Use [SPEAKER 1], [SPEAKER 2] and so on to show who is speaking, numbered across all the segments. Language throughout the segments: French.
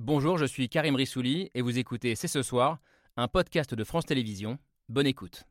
[SPEAKER 1] Bonjour, je suis Karim Rissouli et vous écoutez C'est ce soir, un podcast de France Télévisions. Bonne écoute.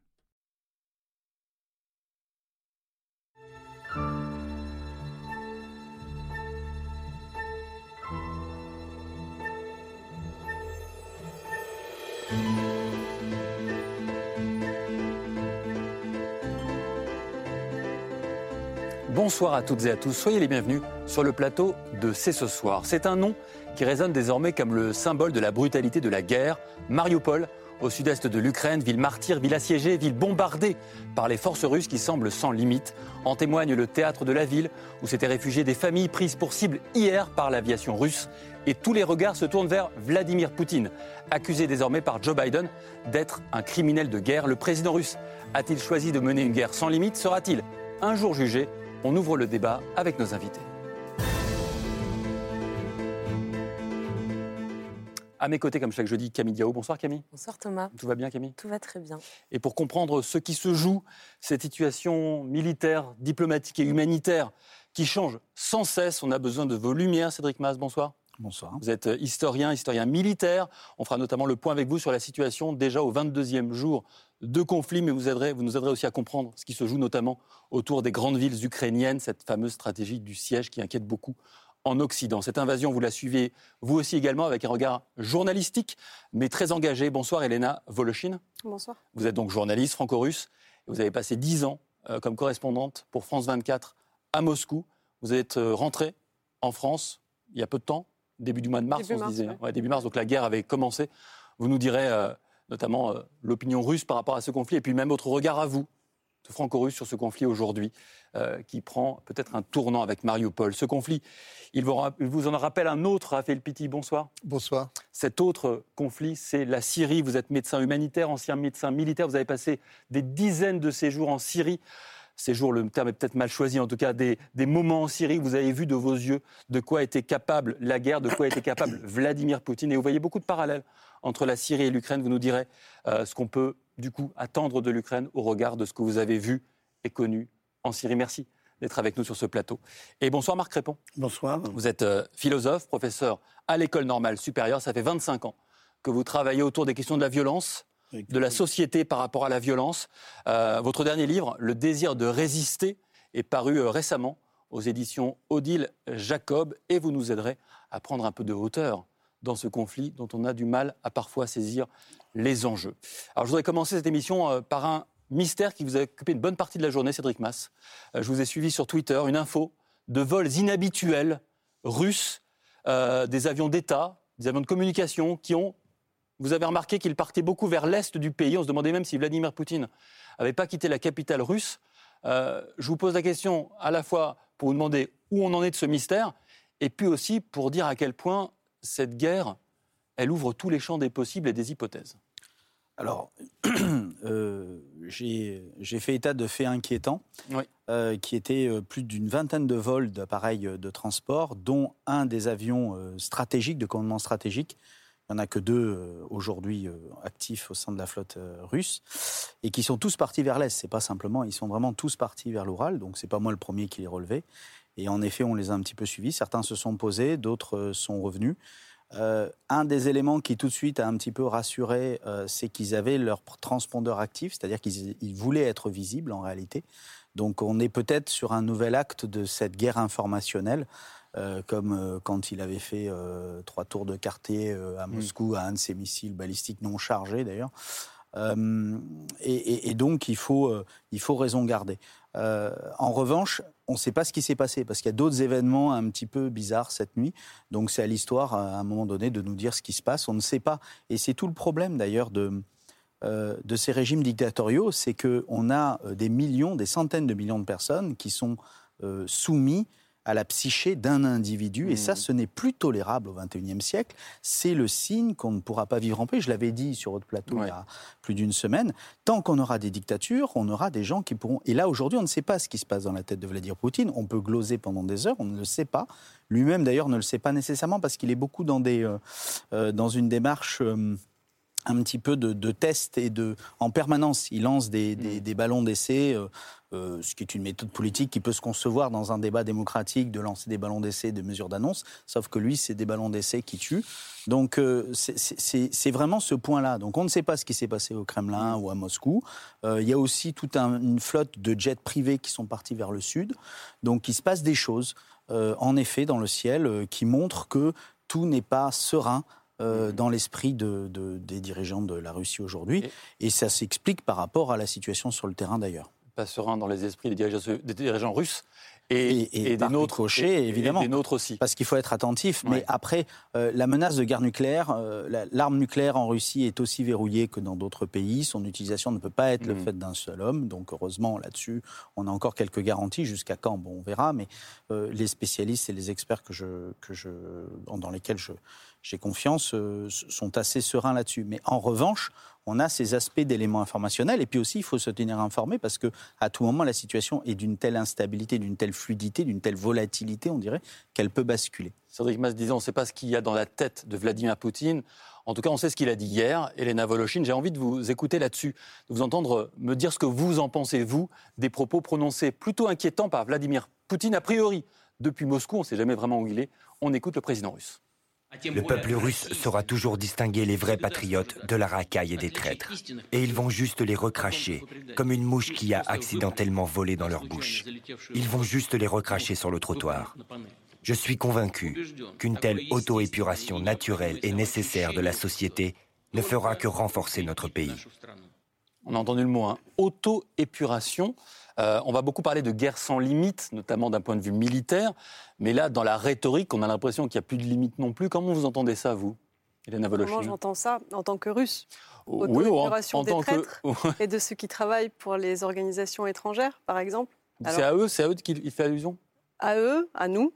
[SPEAKER 2] Bonsoir à toutes et à tous, soyez les bienvenus sur le plateau de C'est ce soir. C'est un nom qui résonne désormais comme le symbole de la brutalité de la guerre. Mariupol, au sud-est de l'Ukraine, ville martyre, ville assiégée, ville bombardée par les forces russes qui semblent sans limite. En témoigne le théâtre de la ville où s'étaient réfugiées des familles prises pour cible hier par l'aviation russe. Et tous les regards se tournent vers Vladimir Poutine, accusé désormais par Joe Biden d'être un criminel de guerre. Le président russe a-t-il choisi de mener une guerre sans limite ? Sera-t-il un jour jugé ? On ouvre le débat avec nos invités. À mes côtés, comme chaque jeudi, Camille Diao. Bonsoir Camille.
[SPEAKER 3] Bonsoir Thomas.
[SPEAKER 2] Tout va bien Camille ?
[SPEAKER 3] Tout va très bien.
[SPEAKER 2] Et pour comprendre ce qui se joue, cette situation militaire, diplomatique et humanitaire qui change sans cesse, on a besoin de vos lumières. Cédric Mas, bonsoir.
[SPEAKER 4] Bonsoir.
[SPEAKER 2] Vous êtes historien militaire. On fera notamment le point avec vous sur la situation déjà au 22e jour de conflit, mais vous nous aiderez aussi à comprendre ce qui se joue notamment autour des grandes villes ukrainiennes, cette fameuse stratégie du siège qui inquiète beaucoup en Occident. Cette invasion, vous la suivez vous aussi également avec un regard journalistique, mais très engagé. Bonsoir Elena Voloshin.
[SPEAKER 3] Bonsoir.
[SPEAKER 2] Vous êtes donc journaliste franco-russe. Et vous avez passé 10 ans comme correspondante pour France 24 à Moscou. Vous êtes rentrée en France il y a peu de temps, début du mois de mars,
[SPEAKER 3] début
[SPEAKER 2] on
[SPEAKER 3] mars,
[SPEAKER 2] se disait.
[SPEAKER 3] ouais.
[SPEAKER 2] Ouais, début mars, donc la guerre avait commencé. Vous nous direz notamment l'opinion russe par rapport à ce conflit, et puis même votre regard à vous, de franco-russe, sur ce conflit aujourd'hui, qui prend peut-être un tournant avec Mariupol. Ce conflit, il vous en rappelle un autre, Raphaël Pitti, bonsoir.
[SPEAKER 4] Bonsoir.
[SPEAKER 2] Cet autre conflit, c'est la Syrie. Vous êtes médecin humanitaire, ancien médecin militaire, vous avez passé des dizaines de séjours en Syrie. Séjours, le terme est peut-être mal choisi, en tout cas des moments en Syrie, vous avez vu de vos yeux de quoi était capable la guerre, de quoi était capable Vladimir Poutine. Et vous voyez beaucoup de parallèles entre la Syrie et l'Ukraine. Vous nous direz ce qu'on peut du coup attendre de l'Ukraine au regard de ce que vous avez vu et connu en Syrie. Merci d'être avec nous sur ce plateau. Et bonsoir Marc Crépon.
[SPEAKER 4] Bonsoir.
[SPEAKER 2] Vous êtes philosophe, professeur à l'École normale supérieure. Ça fait 25 ans que vous travaillez autour des questions de la violence, de la société par rapport à la violence. Votre dernier livre, Le désir de résister, est paru récemment aux éditions Odile Jacob. Et vous nous aiderez à prendre un peu de hauteur dans ce conflit dont on a du mal à parfois saisir les enjeux. Alors je voudrais commencer cette émission par un mystère qui vous a occupé une bonne partie de la journée, Cédric Mas. Je vous ai suivi sur Twitter, une info de vols inhabituels russes, des avions d'État, des avions de communication qui ont... Vous avez remarqué qu'ils partaient beaucoup vers l'est du pays. On se demandait même si Vladimir Poutine n'avait pas quitté la capitale russe. Je vous pose la question à la fois pour vous demander où on en est de ce mystère, et puis aussi pour dire à quel point cette guerre, elle ouvre tous les champs des possibles et des hypothèses.
[SPEAKER 4] Alors, j'ai fait état de faits inquiétants,
[SPEAKER 2] Oui.
[SPEAKER 4] qui étaient plus d'une vingtaine de vols d'appareils de transport, dont un des avions stratégiques, de commandement stratégique. Il n'y en a que 2 aujourd'hui actifs au sein de la flotte russe, et qui sont tous partis vers l'Est. C'est pas simplement, ils sont vraiment tous partis vers l'Oural, donc c'est pas moi le premier qui les relevait. Et en effet, on les a un petit peu suivis. Certains se sont posés, d'autres sont revenus. Un des éléments qui tout de suite a un petit peu rassuré, c'est qu'ils avaient leur transpondeur actif, c'est-à-dire qu'ils voulaient être visibles en réalité. Donc on est peut-être sur un nouvel acte de cette guerre informationnelle, comme quand il avait fait 3 tours de quartier à Moscou, à un de ses missiles balistiques non chargés d'ailleurs. Et donc il faut raison garder. En revanche, on ne sait pas ce qui s'est passé, parce qu'il y a d'autres événements un petit peu bizarres cette nuit. Donc c'est à l'histoire, à un moment donné, de nous dire ce qui se passe. On ne sait pas. Et c'est tout le problème d'ailleurs de ces régimes dictatoriaux, c'est qu'on a des centaines de millions de personnes qui sont soumis à la psyché d'un individu. Et ça, ce n'est plus tolérable au XXIe siècle. C'est le signe qu'on ne pourra pas vivre en paix. Je l'avais dit sur votre plateau il y a plus d'une semaine. Tant qu'on aura des dictatures, on aura des gens qui pourront... Et là, aujourd'hui, on ne sait pas ce qui se passe dans la tête de Vladimir Poutine. On peut gloser pendant des heures, on ne le sait pas. Lui-même, d'ailleurs, ne le sait pas nécessairement parce qu'il est beaucoup dans une démarche... un petit peu de tests et en permanence. Il lance des ballons d'essai, ce qui est une méthode politique qui peut se concevoir dans un débat démocratique, de lancer des ballons d'essai, des mesures d'annonce, sauf que lui, c'est des ballons d'essai qui tuent. Donc c'est vraiment ce point-là. Donc on ne sait pas ce qui s'est passé au Kremlin ou à Moscou. Il y a aussi toute une flotte de jets privés qui sont partis vers le sud. Donc il se passe des choses, en effet, dans le ciel, qui montrent que tout n'est pas serein dans l'esprit des dirigeants de la Russie aujourd'hui. Et ça s'explique par rapport à la situation sur le terrain d'ailleurs.
[SPEAKER 2] Pas serein dans les esprits des dirigeants russes et des nôtres,
[SPEAKER 4] évidemment.
[SPEAKER 2] Et des nôtres aussi.
[SPEAKER 4] Parce qu'il faut être attentif. Ouais. Mais après, la menace de guerre nucléaire, l'arme nucléaire en Russie est aussi verrouillée que dans d'autres pays. Son utilisation ne peut pas être le fait d'un seul homme. Donc heureusement, là-dessus, on a encore quelques garanties. Jusqu'à quand, bon, on verra. Mais les spécialistes et les experts dans lesquels j'ai confiance sont assez sereins là-dessus. Mais en revanche, on a ces aspects d'éléments informationnels. Et puis aussi, il faut se tenir informé parce qu'à tout moment, la situation est d'une telle instabilité, d'une telle fluidité, d'une telle volatilité, on dirait, qu'elle peut basculer.
[SPEAKER 2] Cédric Mas disait, on ne sait pas ce qu'il y a dans la tête de Vladimir Poutine. En tout cas, on sait ce qu'il a dit hier. Elena Voloshin, j'ai envie de vous écouter là-dessus, de vous entendre me dire ce que vous en pensez, vous, des propos prononcés plutôt inquiétants par Vladimir Poutine. A priori, depuis Moscou, on ne sait jamais vraiment où il est. On écoute le président russe.
[SPEAKER 3] Le peuple russe saura toujours distinguer les vrais patriotes de la racaille et des traîtres. Et ils vont juste les recracher, comme une mouche qui a accidentellement volé dans leur bouche. Ils vont juste les recracher sur le trottoir. Je suis convaincu qu'une telle auto-épuration naturelle et nécessaire de la société ne fera que renforcer notre pays.
[SPEAKER 2] On a entendu le mot, auto-épuration. On va beaucoup parler de guerre sans limite, notamment d'un point de vue militaire. Mais là, dans la rhétorique, on a l'impression qu'il n'y a plus de limite non plus. Comment vous entendez ça, vous, Elena Voloshin ?
[SPEAKER 5] Comment j'entends ça en tant que Russe ? Auto-épuration des traîtres et de ceux qui travaillent pour les organisations étrangères, par exemple.
[SPEAKER 2] Alors, c'est à eux qu'il fait allusion ?
[SPEAKER 5] À eux, à nous.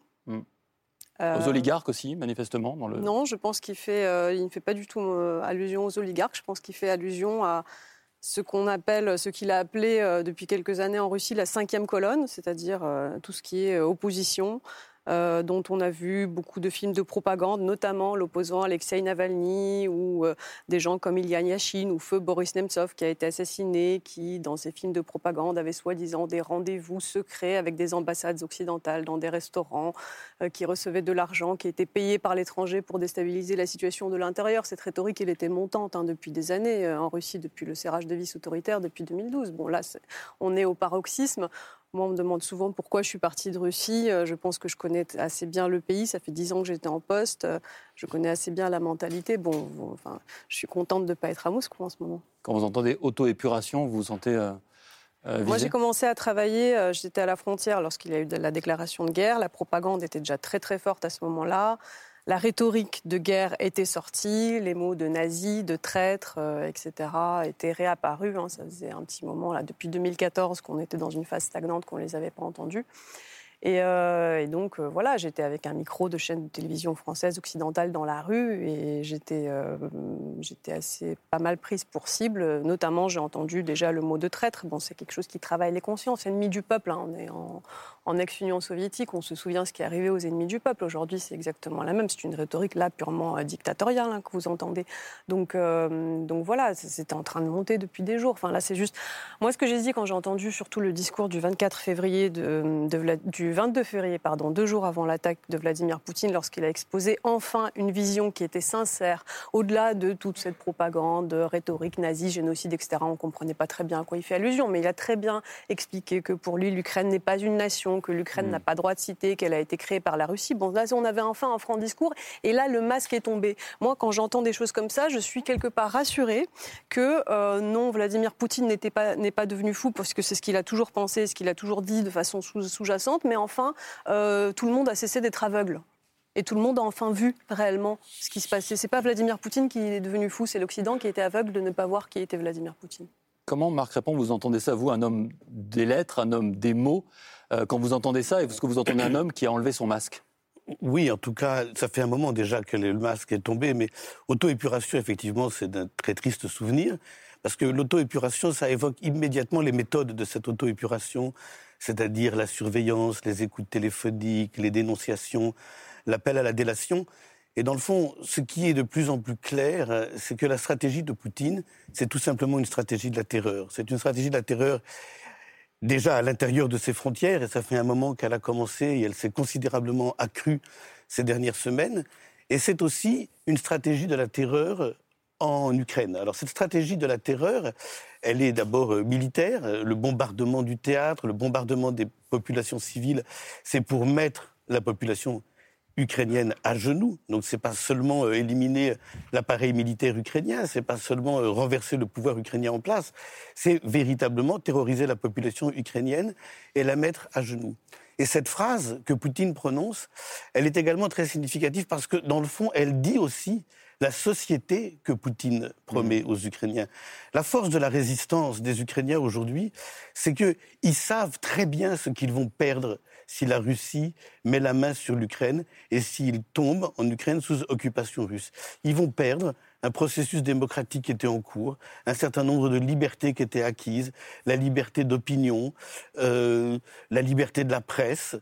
[SPEAKER 2] Aux oligarques aussi, manifestement
[SPEAKER 5] Non, je pense qu'il ne fait pas du tout allusion aux oligarques. Je pense qu'il fait allusion à ce qu'il a appelé depuis quelques années en Russie la 5e colonne, c'est-à-dire tout ce qui est opposition, dont on a vu beaucoup de films de propagande, notamment l'opposant Alexei Navalny ou des gens comme Ilya Yashin ou feu Boris Nemtsov qui a été assassiné, qui dans ses films de propagande avait soi-disant des rendez-vous secrets avec des ambassades occidentales dans des restaurants, qui recevaient de l'argent, qui était payé par l'étranger pour déstabiliser la situation de l'intérieur. Cette rhétorique, elle était montante depuis des années en Russie, depuis le serrage de vis autoritaire, depuis 2012. Bon là, on est au paroxysme. Moi, on me demande souvent pourquoi je suis partie de Russie. Je pense que je connais assez bien le pays. Ça fait 10 ans que j'étais en poste. Je connais assez bien la mentalité. Je suis contente de ne pas être à Moscou en ce moment.
[SPEAKER 2] Quand vous entendez auto-épuration, vous vous sentez visé ?
[SPEAKER 5] Moi, j'ai commencé à travailler. J'étais à la frontière lorsqu'il y a eu la déclaration de guerre. La propagande était déjà très, très forte à ce moment-là. La rhétorique de guerre était sortie, les mots de nazis, de traîtres, etc. étaient réapparus. Ça faisait un petit moment, là, depuis 2014, qu'on était dans une phase stagnante, qu'on ne les avait pas entendus. Et donc, voilà, j'étais avec un micro de chaîne de télévision française occidentale dans la rue et j'étais assez pas mal prise pour cible. Notamment, j'ai entendu déjà le mot de traître. Bon, c'est quelque chose qui travaille les consciences. Ennemi du peuple, on est en ex-Union soviétique, on se souvient ce qui est arrivé aux ennemis du peuple. Aujourd'hui, c'est exactement la même. C'est une rhétorique, là, purement dictatoriale que vous entendez. Donc voilà, c'était en train de monter depuis des jours. Enfin, là, c'est juste... Moi, ce que j'ai dit quand j'ai entendu surtout le discours du 24 février, du 22 février, 2 jours avant l'attaque de Vladimir Poutine, lorsqu'il a exposé enfin une vision qui était sincère, au-delà de toute cette propagande, rhétorique, nazie, génocide, etc. On ne comprenait pas très bien à quoi il fait allusion, mais il a très bien expliqué que pour lui, l'Ukraine n'est pas une nation, que l'Ukraine n'a pas droit de citer, qu'elle a été créée par la Russie. Bon, là, on avait enfin un franc discours, et là, le masque est tombé. Moi, quand j'entends des choses comme ça, je suis quelque part rassurée que non, Vladimir Poutine n'est pas devenu fou, parce que c'est ce qu'il a toujours pensé, ce qu'il a toujours dit de façon sous-jacente, mais enfin, tout le monde a cessé d'être aveugle. Et tout le monde a enfin vu réellement ce qui se passait. C'est pas Vladimir Poutine qui est devenu fou, c'est l'Occident qui était aveugle de ne pas voir qui était Vladimir Poutine.
[SPEAKER 2] Comment, Marc Répond, vous entendez ça, vous, un homme des lettres, un homme des mots, quand vous entendez ça, est-ce que vous entendez un homme qui a enlevé son masque ?
[SPEAKER 6] Oui, en tout cas, ça fait un moment déjà que le masque est tombé, mais auto-épuration, effectivement, c'est un très triste souvenir, parce que l'auto-épuration, ça évoque immédiatement les méthodes de cette auto-épuration, c'est-à-dire la surveillance, les écoutes téléphoniques, les dénonciations, l'appel à la délation. Et dans le fond, ce qui est de plus en plus clair, c'est que la stratégie de Poutine, c'est tout simplement une stratégie de la terreur. C'est une stratégie de la terreur déjà à l'intérieur de ses frontières, et ça fait un moment qu'elle a commencé et elle s'est considérablement accrue ces dernières semaines. Et c'est aussi une stratégie de la terreur en Ukraine. Alors cette stratégie de la terreur, elle est d'abord militaire. Le bombardement du théâtre, le bombardement des populations civiles, c'est pour mettre la population ukrainienne à genoux. Donc c'est pas seulement éliminer l'appareil militaire ukrainien, c'est pas seulement renverser le pouvoir ukrainien en place, c'est véritablement terroriser la population ukrainienne et la mettre à genoux. Et cette phrase que Poutine prononce, elle est également très significative parce que dans le fond, elle dit aussi la société que Poutine promet aux Ukrainiens. La force de la résistance des Ukrainiens aujourd'hui, c'est qu'ils savent très bien ce qu'ils vont perdre si la Russie met la main sur l'Ukraine et s'ils tombent en Ukraine sous occupation russe. Ils vont perdre un processus démocratique qui était en cours, un certain nombre de libertés qui étaient acquises, la liberté d'opinion, la liberté de la presse.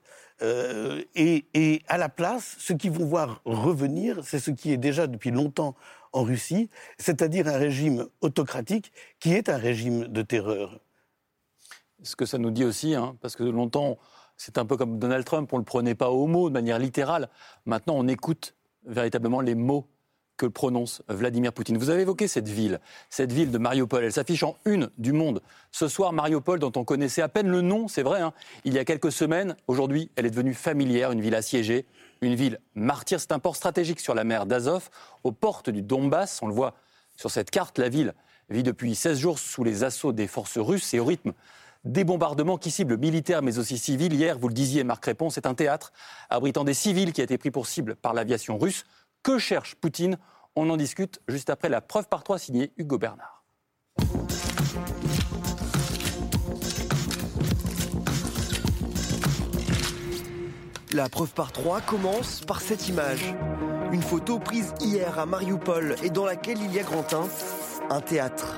[SPEAKER 6] Et à la place, ce qu'ils vont voir revenir, c'est ce qui est déjà depuis longtemps en Russie, c'est-à-dire un régime autocratique qui est un régime de terreur.
[SPEAKER 2] Ce que ça nous dit aussi, parce que longtemps, c'est un peu comme Donald Trump, on ne le prenait pas au mot de manière littérale. Maintenant, on écoute véritablement les mots que prononce Vladimir Poutine. Vous avez évoqué cette ville de Mariupol. Elle s'affiche en une du Monde. Ce soir, Mariupol, dont on connaissait à peine le nom, c'est vrai, il y a quelques semaines, aujourd'hui, elle est devenue familière, une ville assiégée, une ville martyre. C'est un port stratégique sur la mer d'Azov, aux portes du Donbass. On le voit sur cette carte, la ville vit depuis 16 jours sous les assauts des forces russes et au rythme des bombardements qui ciblent militaires mais aussi civils. Hier, vous le disiez, Marc Répon, c'est un théâtre abritant des civils qui a été pris pour cible par l'aviation russe. Que cherche Poutine ? On en discute juste après la preuve par 3 signée Hugo Bernard.
[SPEAKER 7] La preuve par 3 commence par cette image. Une photo prise hier à Mariupol et dans laquelle il y a grand un théâtre.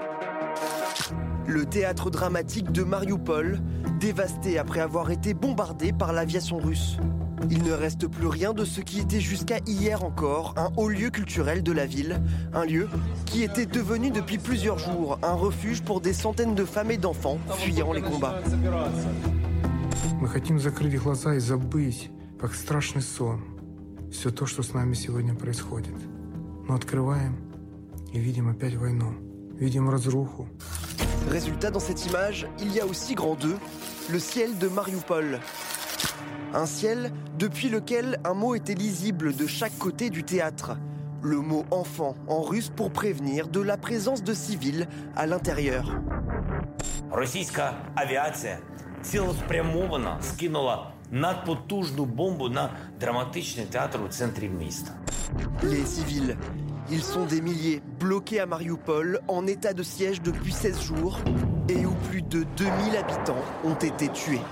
[SPEAKER 7] Le théâtre dramatique de Mariupol, dévasté après avoir été bombardé par l'aviation russe. Il ne reste plus rien de ce qui était jusqu'à hier encore un haut lieu culturel de la ville, un lieu qui était devenu depuis plusieurs jours un refuge pour des centaines de femmes et d'enfants fuyant les combats.
[SPEAKER 8] Мы хотим закрыть глаза и забыть, как страшный сон, все то, что с нами сегодня происходит. Но открываем и видим опять войну, видим разруху.
[SPEAKER 7] Résultat, dans cette image, il y a aussi grand 2, le ciel de Mariupol. Un ciel depuis lequel un mot était lisible de chaque côté du théâtre. Le mot « enfant » en russe pour prévenir de la présence de civils à l'intérieur.
[SPEAKER 9] Російська авіація цілеспрямовано скинула надпотужну бомбу на драматичний театр у центрі міста.
[SPEAKER 7] Les civils, ils sont des milliers bloqués à Mariupol en état de siège depuis 16 jours et où plus de 2000 habitants ont été tués.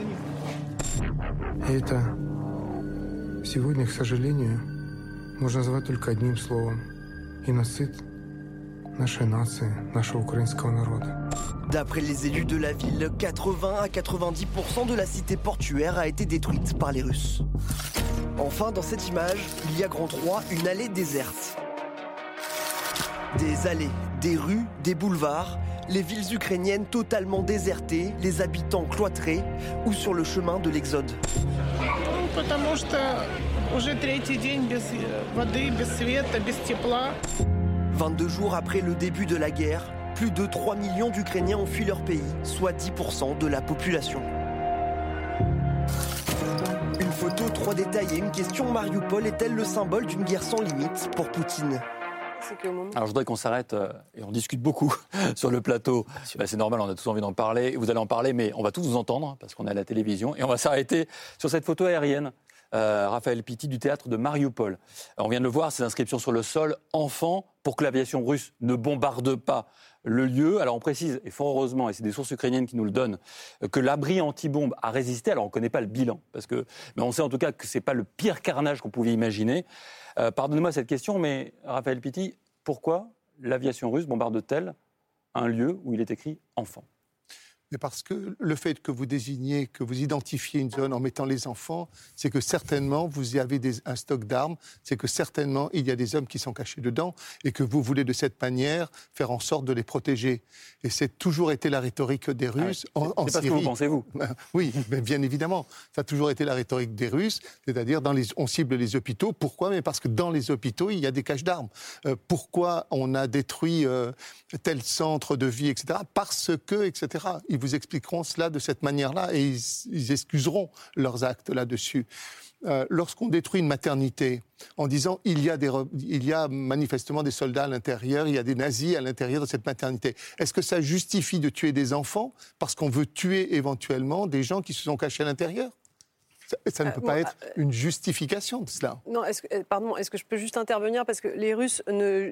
[SPEAKER 8] И это сегодня, к сожалению, можно назвать только одним словом. Геноцид нашей нации, нашего украинского народа.
[SPEAKER 7] D'après les élus de la ville, 80 à 90% de la cité portuaire a été détruite par les Russes. Enfin, dans cette image, il y a grand 3, une allée déserte. Des allées, des rues, des boulevards, les villes ukrainiennes totalement désertées, les habitants cloîtrés ou sur le chemin de l'exode.
[SPEAKER 10] Потому что уже третий день без воды, без света, без тепла.
[SPEAKER 7] 22 jours après le début de la guerre, plus de 3 millions d'Ukrainiens ont fui leur pays, soit 10% de la population. Une photo 3 détaillée, une question: Mariupol est-elle le symbole d'une guerre sans limite pour Poutine ?
[SPEAKER 2] Alors je voudrais qu'on s'arrête et on discute beaucoup sur le plateau. C'est normal, on a tous envie d'en parler. Vous allez en parler, mais on va tous vous entendre parce qu'on est à la télévision. Et on va s'arrêter sur cette photo aérienne. Raphaël Pitti du théâtre de Mariupol. On vient de le voir, ces inscriptions sur le sol, enfants, pour que l'aviation russe ne bombarde pas le lieu. Alors on précise, et fort heureusement, et c'est des sources ukrainiennes qui nous le donnent, que l'abri anti-bombe a résisté. Alors on ne connaît pas le bilan, mais on sait en tout cas que ce n'est pas le pire carnage qu'on pouvait imaginer. Pardonnez-moi cette question, mais Raphaël Pitti, pourquoi l'aviation russe bombarde-t-elle un lieu où il est écrit « enfant » ?
[SPEAKER 11] mais parce que le fait que vous désigniez, que vous identifiez une zone en mettant les enfants, c'est que certainement vous y avez un stock d'armes, c'est que certainement il y a des hommes qui sont cachés dedans et que vous voulez de cette manière faire en sorte de les protéger. Et c'est toujours été la rhétorique des Russes en Syrie.
[SPEAKER 2] C'est pas ce que vous pensez, vous.
[SPEAKER 11] Oui, mais bien évidemment. Ça a toujours été la rhétorique des Russes, c'est-à-dire on cible les hôpitaux. Pourquoi ? Mais parce que dans les hôpitaux, il y a des caches d'armes. Pourquoi on a détruit tel centre de vie, etc. Parce que, etc. Ils vous expliqueront cela de cette manière-là et ils excuseront leurs actes là-dessus. Lorsqu'on détruit une maternité en disant il y a manifestement des soldats à l'intérieur, il y a des nazis à l'intérieur de cette maternité, est-ce que ça justifie de tuer des enfants parce qu'on veut tuer éventuellement des gens qui se sont cachés à l'intérieur ? Ça ne peut pas être une justification de cela.
[SPEAKER 5] Non, est-ce que je peux juste intervenir parce que les Russes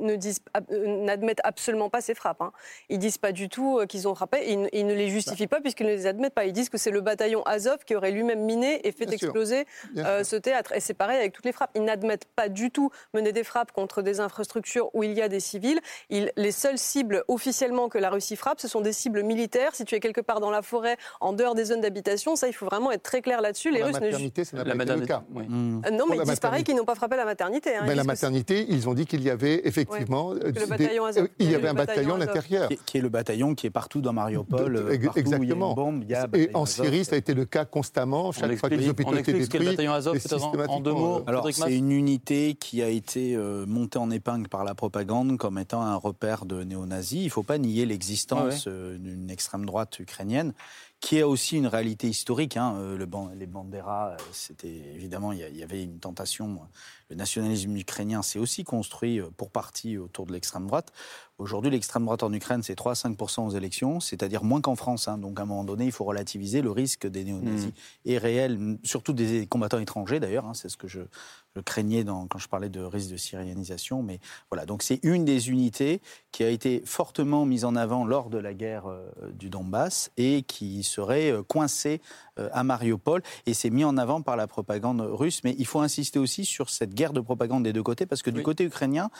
[SPEAKER 5] n'admettent absolument pas ces frappes. Hein. Ils disent pas du tout qu'ils ont frappé. Ils ne les justifient pas puisqu'ils ne les admettent pas. Ils disent que c'est le bataillon Azov qui aurait lui-même miné et fait exploser ce théâtre. Et c'est pareil avec toutes les frappes. Ils n'admettent pas du tout mener des frappes contre des infrastructures où il y a des civils. Les seules cibles officiellement que la Russie frappe, ce sont des cibles militaires situées quelque part dans la forêt, en dehors des zones d'habitation. Ça, il faut vraiment être très clair là-dessus. Les Russes
[SPEAKER 11] la maternité, ça n'a pas été le cas.
[SPEAKER 5] Oui. Non, mais ils disent pareil qu'ils n'ont pas frappé la maternité. Hein.
[SPEAKER 11] Mais la maternité, ils ont dit qu'il y avait effectivement il y avait un bataillon à l'intérieur.
[SPEAKER 4] Qui est le bataillon qui est partout dans Mariupol.
[SPEAKER 11] Exactement. Et en Syrie, ça a été le cas constamment. Chaque fois que les hôpitaux étaient détruits.
[SPEAKER 2] Le bataillon Azov, en deux mots.
[SPEAKER 4] Alors, c'est une unité qui a été montée en épingle par la propagande comme étant un repère de néo-nazis. Il ne faut pas nier l'existence d'une extrême droite ukrainienne, qui a aussi une réalité historique. Hein. Les Bandera, c'était évidemment, il y avait une tentation. Le nationalisme ukrainien s'est aussi construit pour partie autour de l'extrême droite. Aujourd'hui, l'extrême droite en Ukraine, c'est 3 à 5% aux élections, c'est-à-dire moins qu'en France. Hein. Donc, à un moment donné, il faut relativiser. Le risque des néo-nazis est réel, surtout des combattants étrangers, d'ailleurs. Hein. C'est ce que je craignais quand je parlais de risque de syrianisation. Mais voilà, donc c'est une des unités qui a été fortement mise en avant lors de la guerre du Donbass et qui serait coincée à Mariupol. Et c'est mis en avant par la propagande russe. Mais il faut insister aussi sur cette guerre de propagande des deux côtés, parce que du côté ukrainien,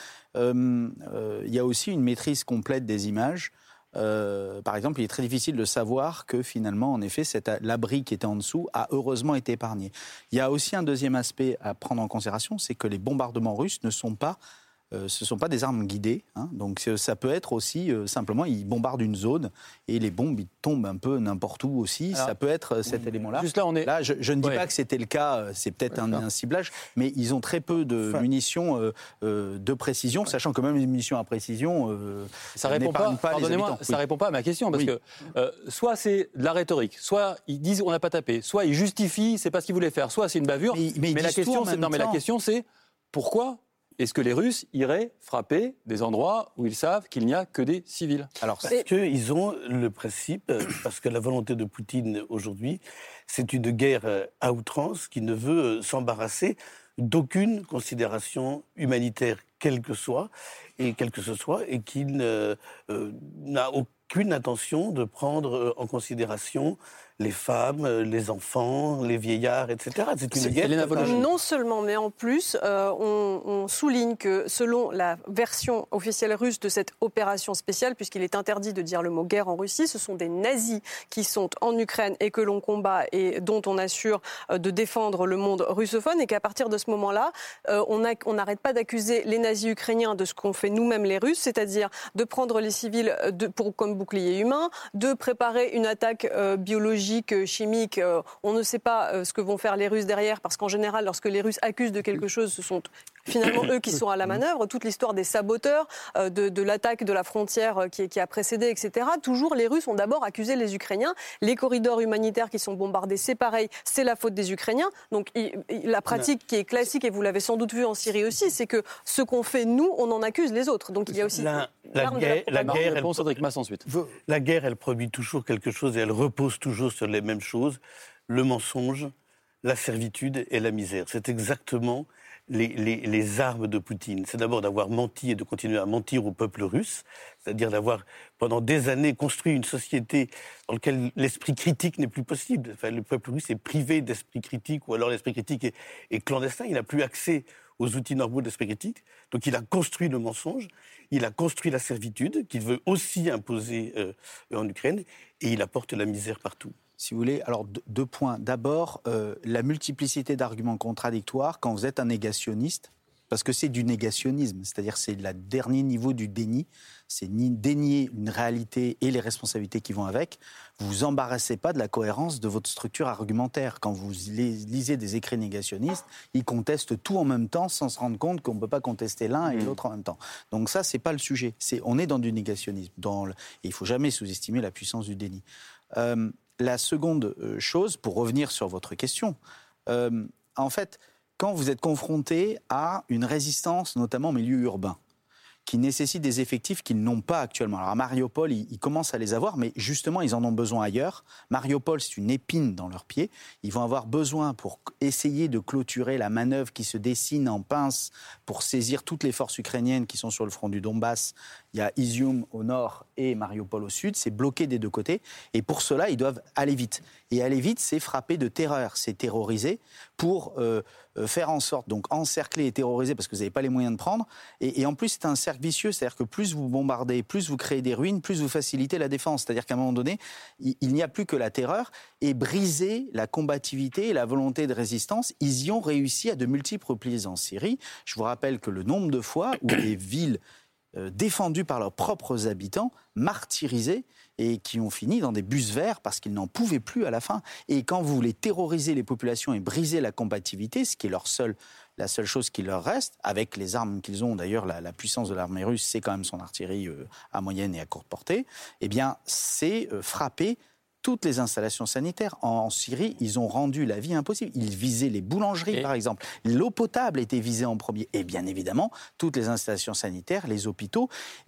[SPEAKER 4] il y a aussi une maîtrise complète des images. Par exemple, il est très difficile de savoir que finalement, en effet, l'abri qui était en dessous a heureusement été épargné. Il y a aussi un deuxième aspect à prendre en considération, c'est que les bombardements russes ne sont pas ce ne sont pas des armes guidées. Hein, donc ça peut être aussi, simplement, ils bombardent une zone et les bombes ils tombent un peu n'importe où aussi. Alors, ça peut être cet élément-là.
[SPEAKER 2] Juste là,
[SPEAKER 4] je ne dis pas que c'était le cas, c'est peut-être un ciblage, mais ils ont très peu de munitions de précision, sachant que même les munitions à précision
[SPEAKER 2] ça répond pas pardonnez-moi, ça répond pas à ma question, parce que soit c'est de la rhétorique, soit ils disent on n'a pas tapé, soit ils justifient, c'est pas ce qu'ils voulaient faire, soit c'est une bavure. Mais la question c'est pourquoi est-ce que les Russes iraient frapper des endroits où ils savent qu'il n'y a que des civils ?
[SPEAKER 6] Alors, parce qu'ils ont le principe, parce que la volonté de Poutine aujourd'hui, c'est une guerre à outrance qui ne veut s'embarrasser d'aucune considération humanitaire, quelle que ce soit, et qui n'a aucune intention de prendre en considération les femmes, les enfants, les vieillards, etc. C'est une guerre.
[SPEAKER 5] Non seulement, mais en plus, on souligne que selon la version officielle russe de cette opération spéciale, puisqu'il est interdit de dire le mot guerre en Russie, ce sont des nazis qui sont en Ukraine et que l'on combat et dont on assure de défendre le monde russophone, et qu'à partir de ce moment-là, on n'arrête pas d'accuser les nazis ukrainiens de ce qu'ont fait nous-mêmes les Russes, c'est-à-dire de prendre les civils comme bouclier humain, de préparer une attaque biologique, chimique, on ne sait pas ce que vont faire les Russes derrière, parce qu'en général, lorsque les Russes accusent de quelque chose, ce sont finalement eux qui sont à la manœuvre. Toute l'histoire des saboteurs, de l'attaque de la frontière qui a précédé, etc. Toujours, les Russes ont d'abord accusé les Ukrainiens. Les corridors humanitaires qui sont bombardés, c'est pareil, c'est la faute des Ukrainiens. Donc la pratique qui est classique, et vous l'avez sans doute vu en Syrie aussi, c'est que ce qu'on fait nous, on en accuse les autres. Donc il y a aussi
[SPEAKER 6] la guerre, elle produit toujours quelque chose et elle repose toujours sur les mêmes choses, le mensonge, la servitude et la misère. C'est exactement les armes de Poutine. C'est d'abord d'avoir menti et de continuer à mentir au peuple russe, c'est-à-dire d'avoir pendant des années construit une société dans laquelle l'esprit critique n'est plus possible. Enfin, le peuple russe est privé d'esprit critique, ou alors l'esprit critique est clandestin, il n'a plus accès aux outils normaux de l'esprit critique. Donc il a construit le mensonge, il a construit la servitude qu'il veut aussi imposer en Ukraine, et il apporte la misère partout.
[SPEAKER 4] Si vous voulez, alors deux points. D'abord, la multiplicité d'arguments contradictoires quand vous êtes un négationniste, parce que c'est du négationnisme, c'est-à-dire c'est le dernier niveau du déni, c'est dénier une réalité et les responsabilités qui vont avec. Vous vous embarrassez pas de la cohérence de votre structure argumentaire. Quand vous lisez des écrits négationnistes, ils contestent tout en même temps sans se rendre compte qu'on ne peut pas contester l'un et l'autre en même temps. Donc ça, c'est pas le sujet. On est dans du négationnisme. Et il ne faut jamais sous-estimer la puissance du déni. La seconde chose, pour revenir sur votre question, en fait, quand vous êtes confronté à une résistance, notamment en milieu urbain, qui nécessite des effectifs qu'ils n'ont pas actuellement. Alors à Mariupol, ils commencent à les avoir, mais justement, ils en ont besoin ailleurs. Mariupol, c'est une épine dans leur pied. Ils vont avoir besoin, pour essayer de clôturer la manœuvre qui se dessine en pince pour saisir toutes les forces ukrainiennes qui sont sur le front du Donbass. Il y a Izium au nord et Mariupol au sud. C'est bloqué des deux côtés. Et pour cela, ils doivent aller vite. Et aller vite, c'est frapper de terreur, c'est terroriser pour faire en sorte, donc encercler et terroriser parce que vous n'avez pas les moyens de prendre. Et en plus, c'est un cercle vicieux, c'est-à-dire que plus vous bombardez, plus vous créez des ruines, plus vous facilitez la défense. C'est-à-dire qu'à un moment donné, il n'y a plus que la terreur et briser la combativité et la volonté de résistance. Ils y ont réussi à de multiples reprises en Syrie. Je vous rappelle que le nombre de fois où les villes défendus par leurs propres habitants, martyrisés, et qui ont fini dans des bus verts parce qu'ils n'en pouvaient plus à la fin. Et quand vous voulez terroriser les populations et briser la combativité, ce qui est la seule chose qui leur reste, avec les armes qu'ils ont, d'ailleurs la puissance de l'armée russe, c'est quand même son artillerie à moyenne et à courte portée, eh bien c'est frapper toutes les installations sanitaires. En Syrie, ils ont rendu la vie impossible. Ils visaient les boulangeries, par exemple. L'eau potable était visée en premier. Et bien évidemment, toutes les installations sanitaires, les hôpitaux.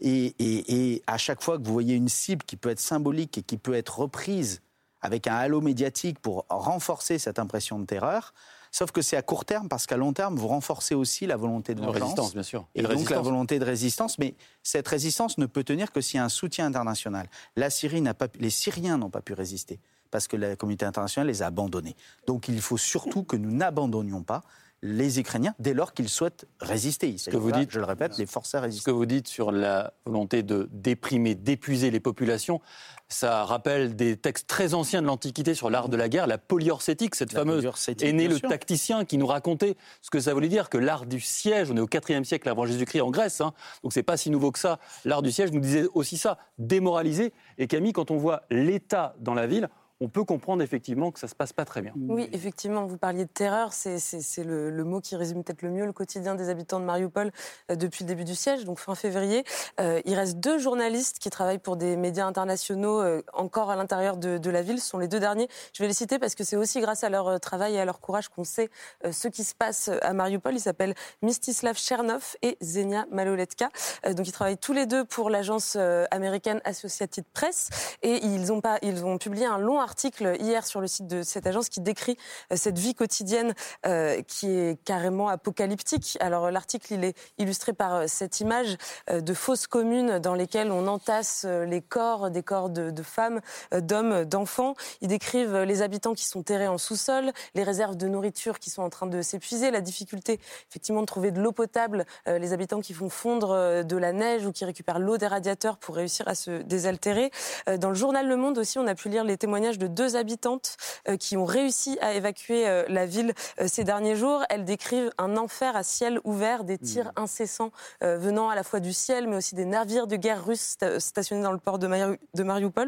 [SPEAKER 4] Et à chaque fois que vous voyez une cible qui peut être symbolique et qui peut être reprise avec un halo médiatique pour renforcer cette impression de terreur, sauf que c'est à court terme, parce qu'à long terme, vous renforcez aussi la volonté de vengeance. La
[SPEAKER 2] résistance, bien sûr.
[SPEAKER 4] Et donc la volonté de résistance. Mais cette résistance ne peut tenir que s'il y a un soutien international. Les Syriens n'ont pas pu résister, parce que la communauté internationale les a abandonnés. Donc il faut surtout que nous n'abandonnions pas les Ukrainiens dès lors qu'ils souhaitent résister. Il s'agit pas, je le répète, les forcer à résister.
[SPEAKER 2] Ce que vous dites sur la volonté de déprimer, d'épuiser les populations, ça rappelle des textes très anciens de l'Antiquité sur l'art de la guerre, la polyorcétique, cette fameuse Énée le tacticien qui nous racontait ce que ça voulait dire, que l'art du siège, on est au IVe siècle avant Jésus-Christ en Grèce, donc c'est pas si nouveau que ça, l'art du siège nous disait aussi ça, démoraliser. Et Camille, quand on voit l'État dans la ville, on peut comprendre effectivement que ça ne se passe pas très bien.
[SPEAKER 5] Oui, effectivement, vous parliez de terreur, c'est le mot qui résume peut-être le mieux le quotidien des habitants de Mariupol depuis le début du siège, donc fin février. Il reste 2 journalistes qui travaillent pour des médias internationaux encore à l'intérieur de la ville. Ce sont les 2 derniers. Je vais les citer parce que c'est aussi grâce à leur travail et à leur courage qu'on sait ce qui se passe à Mariupol. Ils s'appellent Mstislav Chernov et Zenia Maloletka. Donc ils travaillent tous les 2 pour l'agence américaine Associated Press et ils ont publié un long article hier sur le site de cette agence qui décrit cette vie quotidienne qui est carrément apocalyptique. Alors l'article, il est illustré par cette image de fosses communes dans lesquelles on entasse des corps de femmes, d'hommes, d'enfants. Ils décrivent les habitants qui sont terrés en sous-sol, les réserves de nourriture qui sont en train de s'épuiser, la difficulté effectivement de trouver de l'eau potable, les habitants qui font fondre de la neige ou qui récupèrent l'eau des radiateurs pour réussir à se désaltérer. Dans le journal Le Monde aussi, on a pu lire les témoignages de 2 habitantes qui ont réussi à évacuer la ville ces derniers jours. Elles décrivent un enfer à ciel ouvert, des tirs incessants venant à la fois du ciel, mais aussi des navires de guerre russes stationnés dans le port de Mariupol.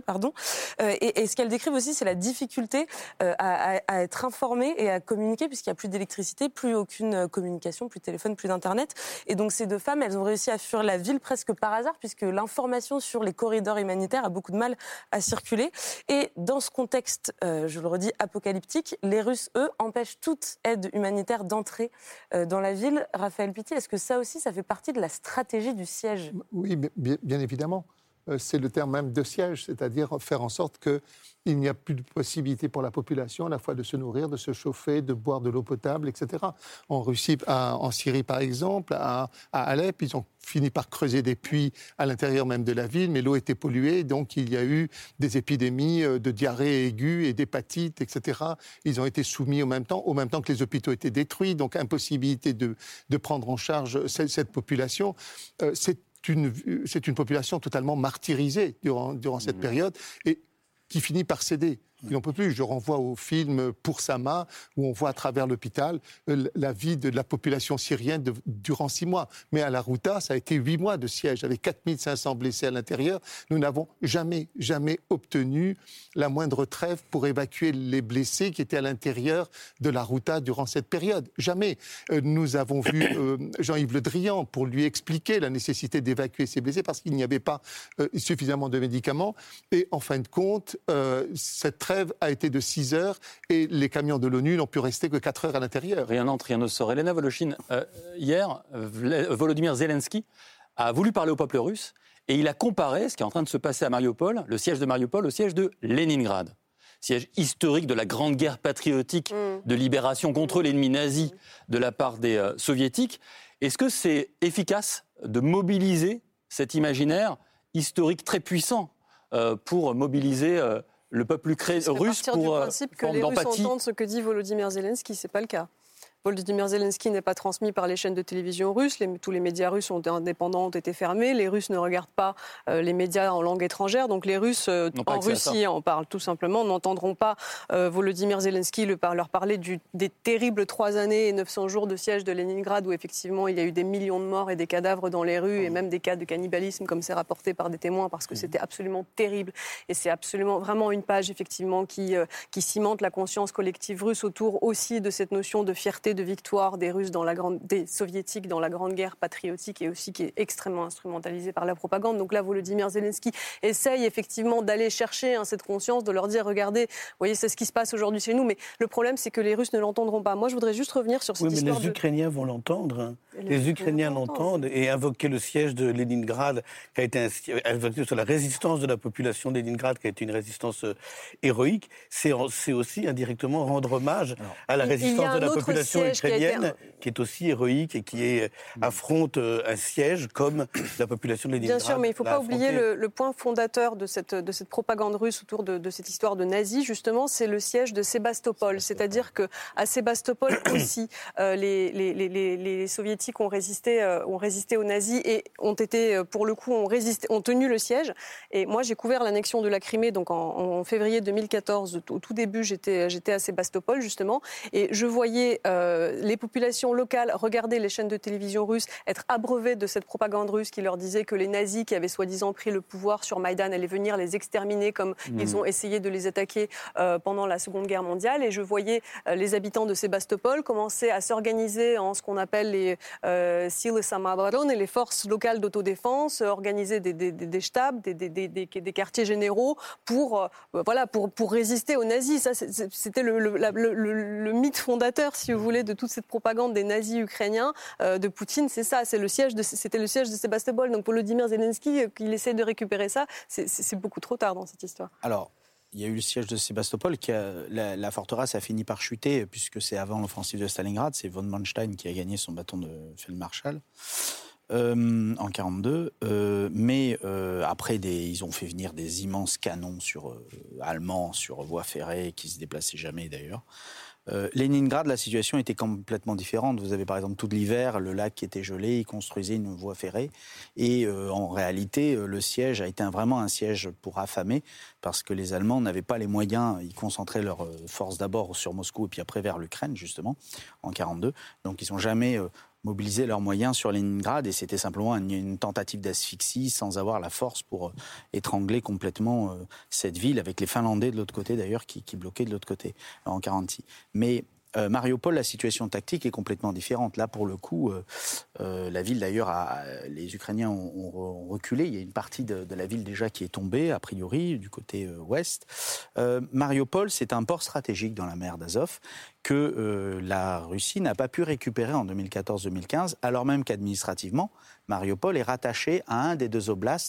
[SPEAKER 5] Et ce qu'elles décrivent aussi, c'est la difficulté à être informées et à communiquer, puisqu'il n'y a plus d'électricité, plus aucune communication, plus de téléphone, plus d'internet. Et donc ces 2 femmes, elles ont réussi à fuir la ville presque par hasard, puisque l'information sur les corridors humanitaires a beaucoup de mal à circuler. Et dans ce contexte, je le redis, apocalyptique, les Russes, eux, empêchent toute aide humanitaire d'entrer dans la ville. Raphaël Pitti, est-ce que ça aussi, ça fait partie de la stratégie du siège ?
[SPEAKER 11] Oui, bien évidemment. c'est le terme même de siège, c'est-à-dire faire en sorte qu'il n'y a plus de possibilité pour la population à la fois de se nourrir, de se chauffer, de boire de l'eau potable, etc. En Russie, en Syrie par exemple, à Alep, ils ont fini par creuser des puits à l'intérieur même de la ville, mais l'eau était polluée, donc il y a eu des épidémies de diarrhée aiguë et d'hépatite, etc. Ils ont été soumis au même temps que les hôpitaux étaient détruits, donc impossibilité de prendre en charge cette population. C'est une population totalement martyrisée durant cette période et qui finit par céder. Il n'en peut plus. Je renvoie au film Pour Sama, où on voit à travers l'hôpital la vie de la population syrienne durant 6 mois. Mais à la Ghouta, ça a été 8 mois de siège, avec 4500 blessés à l'intérieur. Nous n'avons jamais obtenu la moindre trêve pour évacuer les blessés qui étaient à l'intérieur de la Ghouta durant cette période. Jamais. Nous avons vu Jean-Yves Le Drian pour lui expliquer la nécessité d'évacuer ces blessés parce qu'il n'y avait pas suffisamment de médicaments. Et en fin de compte, cette trêve a été de 6 heures et les camions de l'ONU n'ont pu rester que 4 heures à l'intérieur.
[SPEAKER 2] Rien n'entre, rien ne sort. Elena Voloshin, hier, Volodymyr Zelensky a voulu parler au peuple russe et il a comparé ce qui est en train de se passer à Mariupol, le siège de Mariupol, au siège de Leningrad. Siège historique de la grande guerre patriotique de libération contre l'ennemi nazi de la part des soviétiques. Est-ce que c'est efficace de mobiliser cet imaginaire historique très puissant pour mobiliser le peuple russe pour
[SPEAKER 5] du principe que les Russes entendent ce que dit Volodymyr Zelensky, c'est pas le cas. Volodymyr Zelensky n'est pas transmis par les chaînes de télévision russes. Tous les médias russes indépendants ont été fermés. Les Russes ne regardent pas les médias en langue étrangère. Donc les Russes, en Russie, en parlent tout simplement, n'entendront pas Volodymyr Zelensky leur parler des terribles 3 années et 900 jours de siège de Leningrad, où effectivement il y a eu des millions de morts et des cadavres dans les rues, et même des cas de cannibalisme, comme c'est rapporté par des témoins, parce que c'était absolument terrible. Et c'est absolument vraiment une page, effectivement, qui cimente la conscience collective russe autour aussi de cette notion de fierté, de victoire des Russes des Soviétiques dans la Grande Guerre patriotique, et aussi qui est extrêmement instrumentalisée par la propagande. Donc là, Volodymyr Zelensky essaye effectivement d'aller chercher cette conscience, de leur dire, regardez, vous voyez, c'est ce qui se passe aujourd'hui chez nous, mais le problème, c'est que les Russes ne l'entendront pas. Moi, je voudrais juste revenir sur cette histoire.
[SPEAKER 6] Mais les Ukrainiens vont l'entendre. Les Ukrainiens l'entendent et invoquer le siège de Leningrad, qui a été invoqué sur la résistance de la population de Leningrad, qui a été une résistance héroïque, c'est aussi indirectement rendre hommage à la résistance de la population ukrainienne, qui est aussi héroïque et qui affronte un siège comme la population de Leningrad.
[SPEAKER 5] Bien sûr, mais il ne faut pas oublier le point fondateur de cette propagande russe autour de cette histoire de nazis, justement, c'est le siège de Sébastopol. C'est-à-dire qu'à Sébastopol aussi, les soviétiques ont résisté aux nazis et ont été, pour le coup, ont tenu le siège. Et moi, j'ai couvert l'annexion de la Crimée, donc en février 2014. Au tout début, j'étais à Sébastopol, justement, et je voyais les populations locales regarder les chaînes de télévision russes être abreuvées de cette propagande russe qui leur disait que les nazis qui avaient soi-disant pris le pouvoir sur Maïdan allaient venir les exterminer comme ils ont essayé de les attaquer pendant la Seconde Guerre mondiale. Et je voyais les habitants de Sébastopol commencer à s'organiser en ce qu'on appelle les Sile Samoobrony et les forces locales d'autodéfense, organiser des stabs, des quartiers généraux pour résister aux nazis. Ça, c'était le mythe fondateur, si vous voulez, de toute cette propagande des nazis ukrainiens de Poutine. C'est ça, c'était le siège de Sébastopol. Donc Volodymyr Zelensky, qu'il essaie de récupérer ça, c'est beaucoup trop tard dans cette histoire.
[SPEAKER 4] Alors, il y a eu le siège de Sébastopol, la forteresse a fini par chuter, puisque c'est avant l'offensive de Stalingrad, c'est von Manstein qui a gagné son bâton de Feldmarschall en 1942. Mais après, ils ont fait venir des immenses canons allemands sur voie ferrée, qui ne se déplaçaient jamais d'ailleurs. Leningrad, la situation était complètement différente. Vous avez par exemple tout l'hiver, le lac qui était gelé, ils construisaient une voie ferrée. Et en réalité, le siège a été vraiment un siège pour affamer, parce que les Allemands n'avaient pas les moyens. Ils concentraient leurs forces d'abord sur Moscou et puis après vers l'Ukraine, justement, en 1942. Donc ils n'ont jamais mobiliser leurs moyens sur Leningrad, et c'était simplement une tentative d'asphyxie sans avoir la force pour étrangler complètement cette ville, avec les Finlandais de l'autre côté d'ailleurs qui bloquaient de l'autre côté en 1946. Mais Mariupol, la situation tactique est complètement différente. Là, pour le coup, la ville d'ailleurs, les Ukrainiens ont reculé. Il y a une partie de la ville déjà qui est tombée, a priori, du côté ouest. Mariupol, c'est un port stratégique dans la mer d'Azov que la Russie n'a pas pu récupérer en 2014-2015, alors même qu'administrativement, Mariupol est rattaché à un des 2 oblasts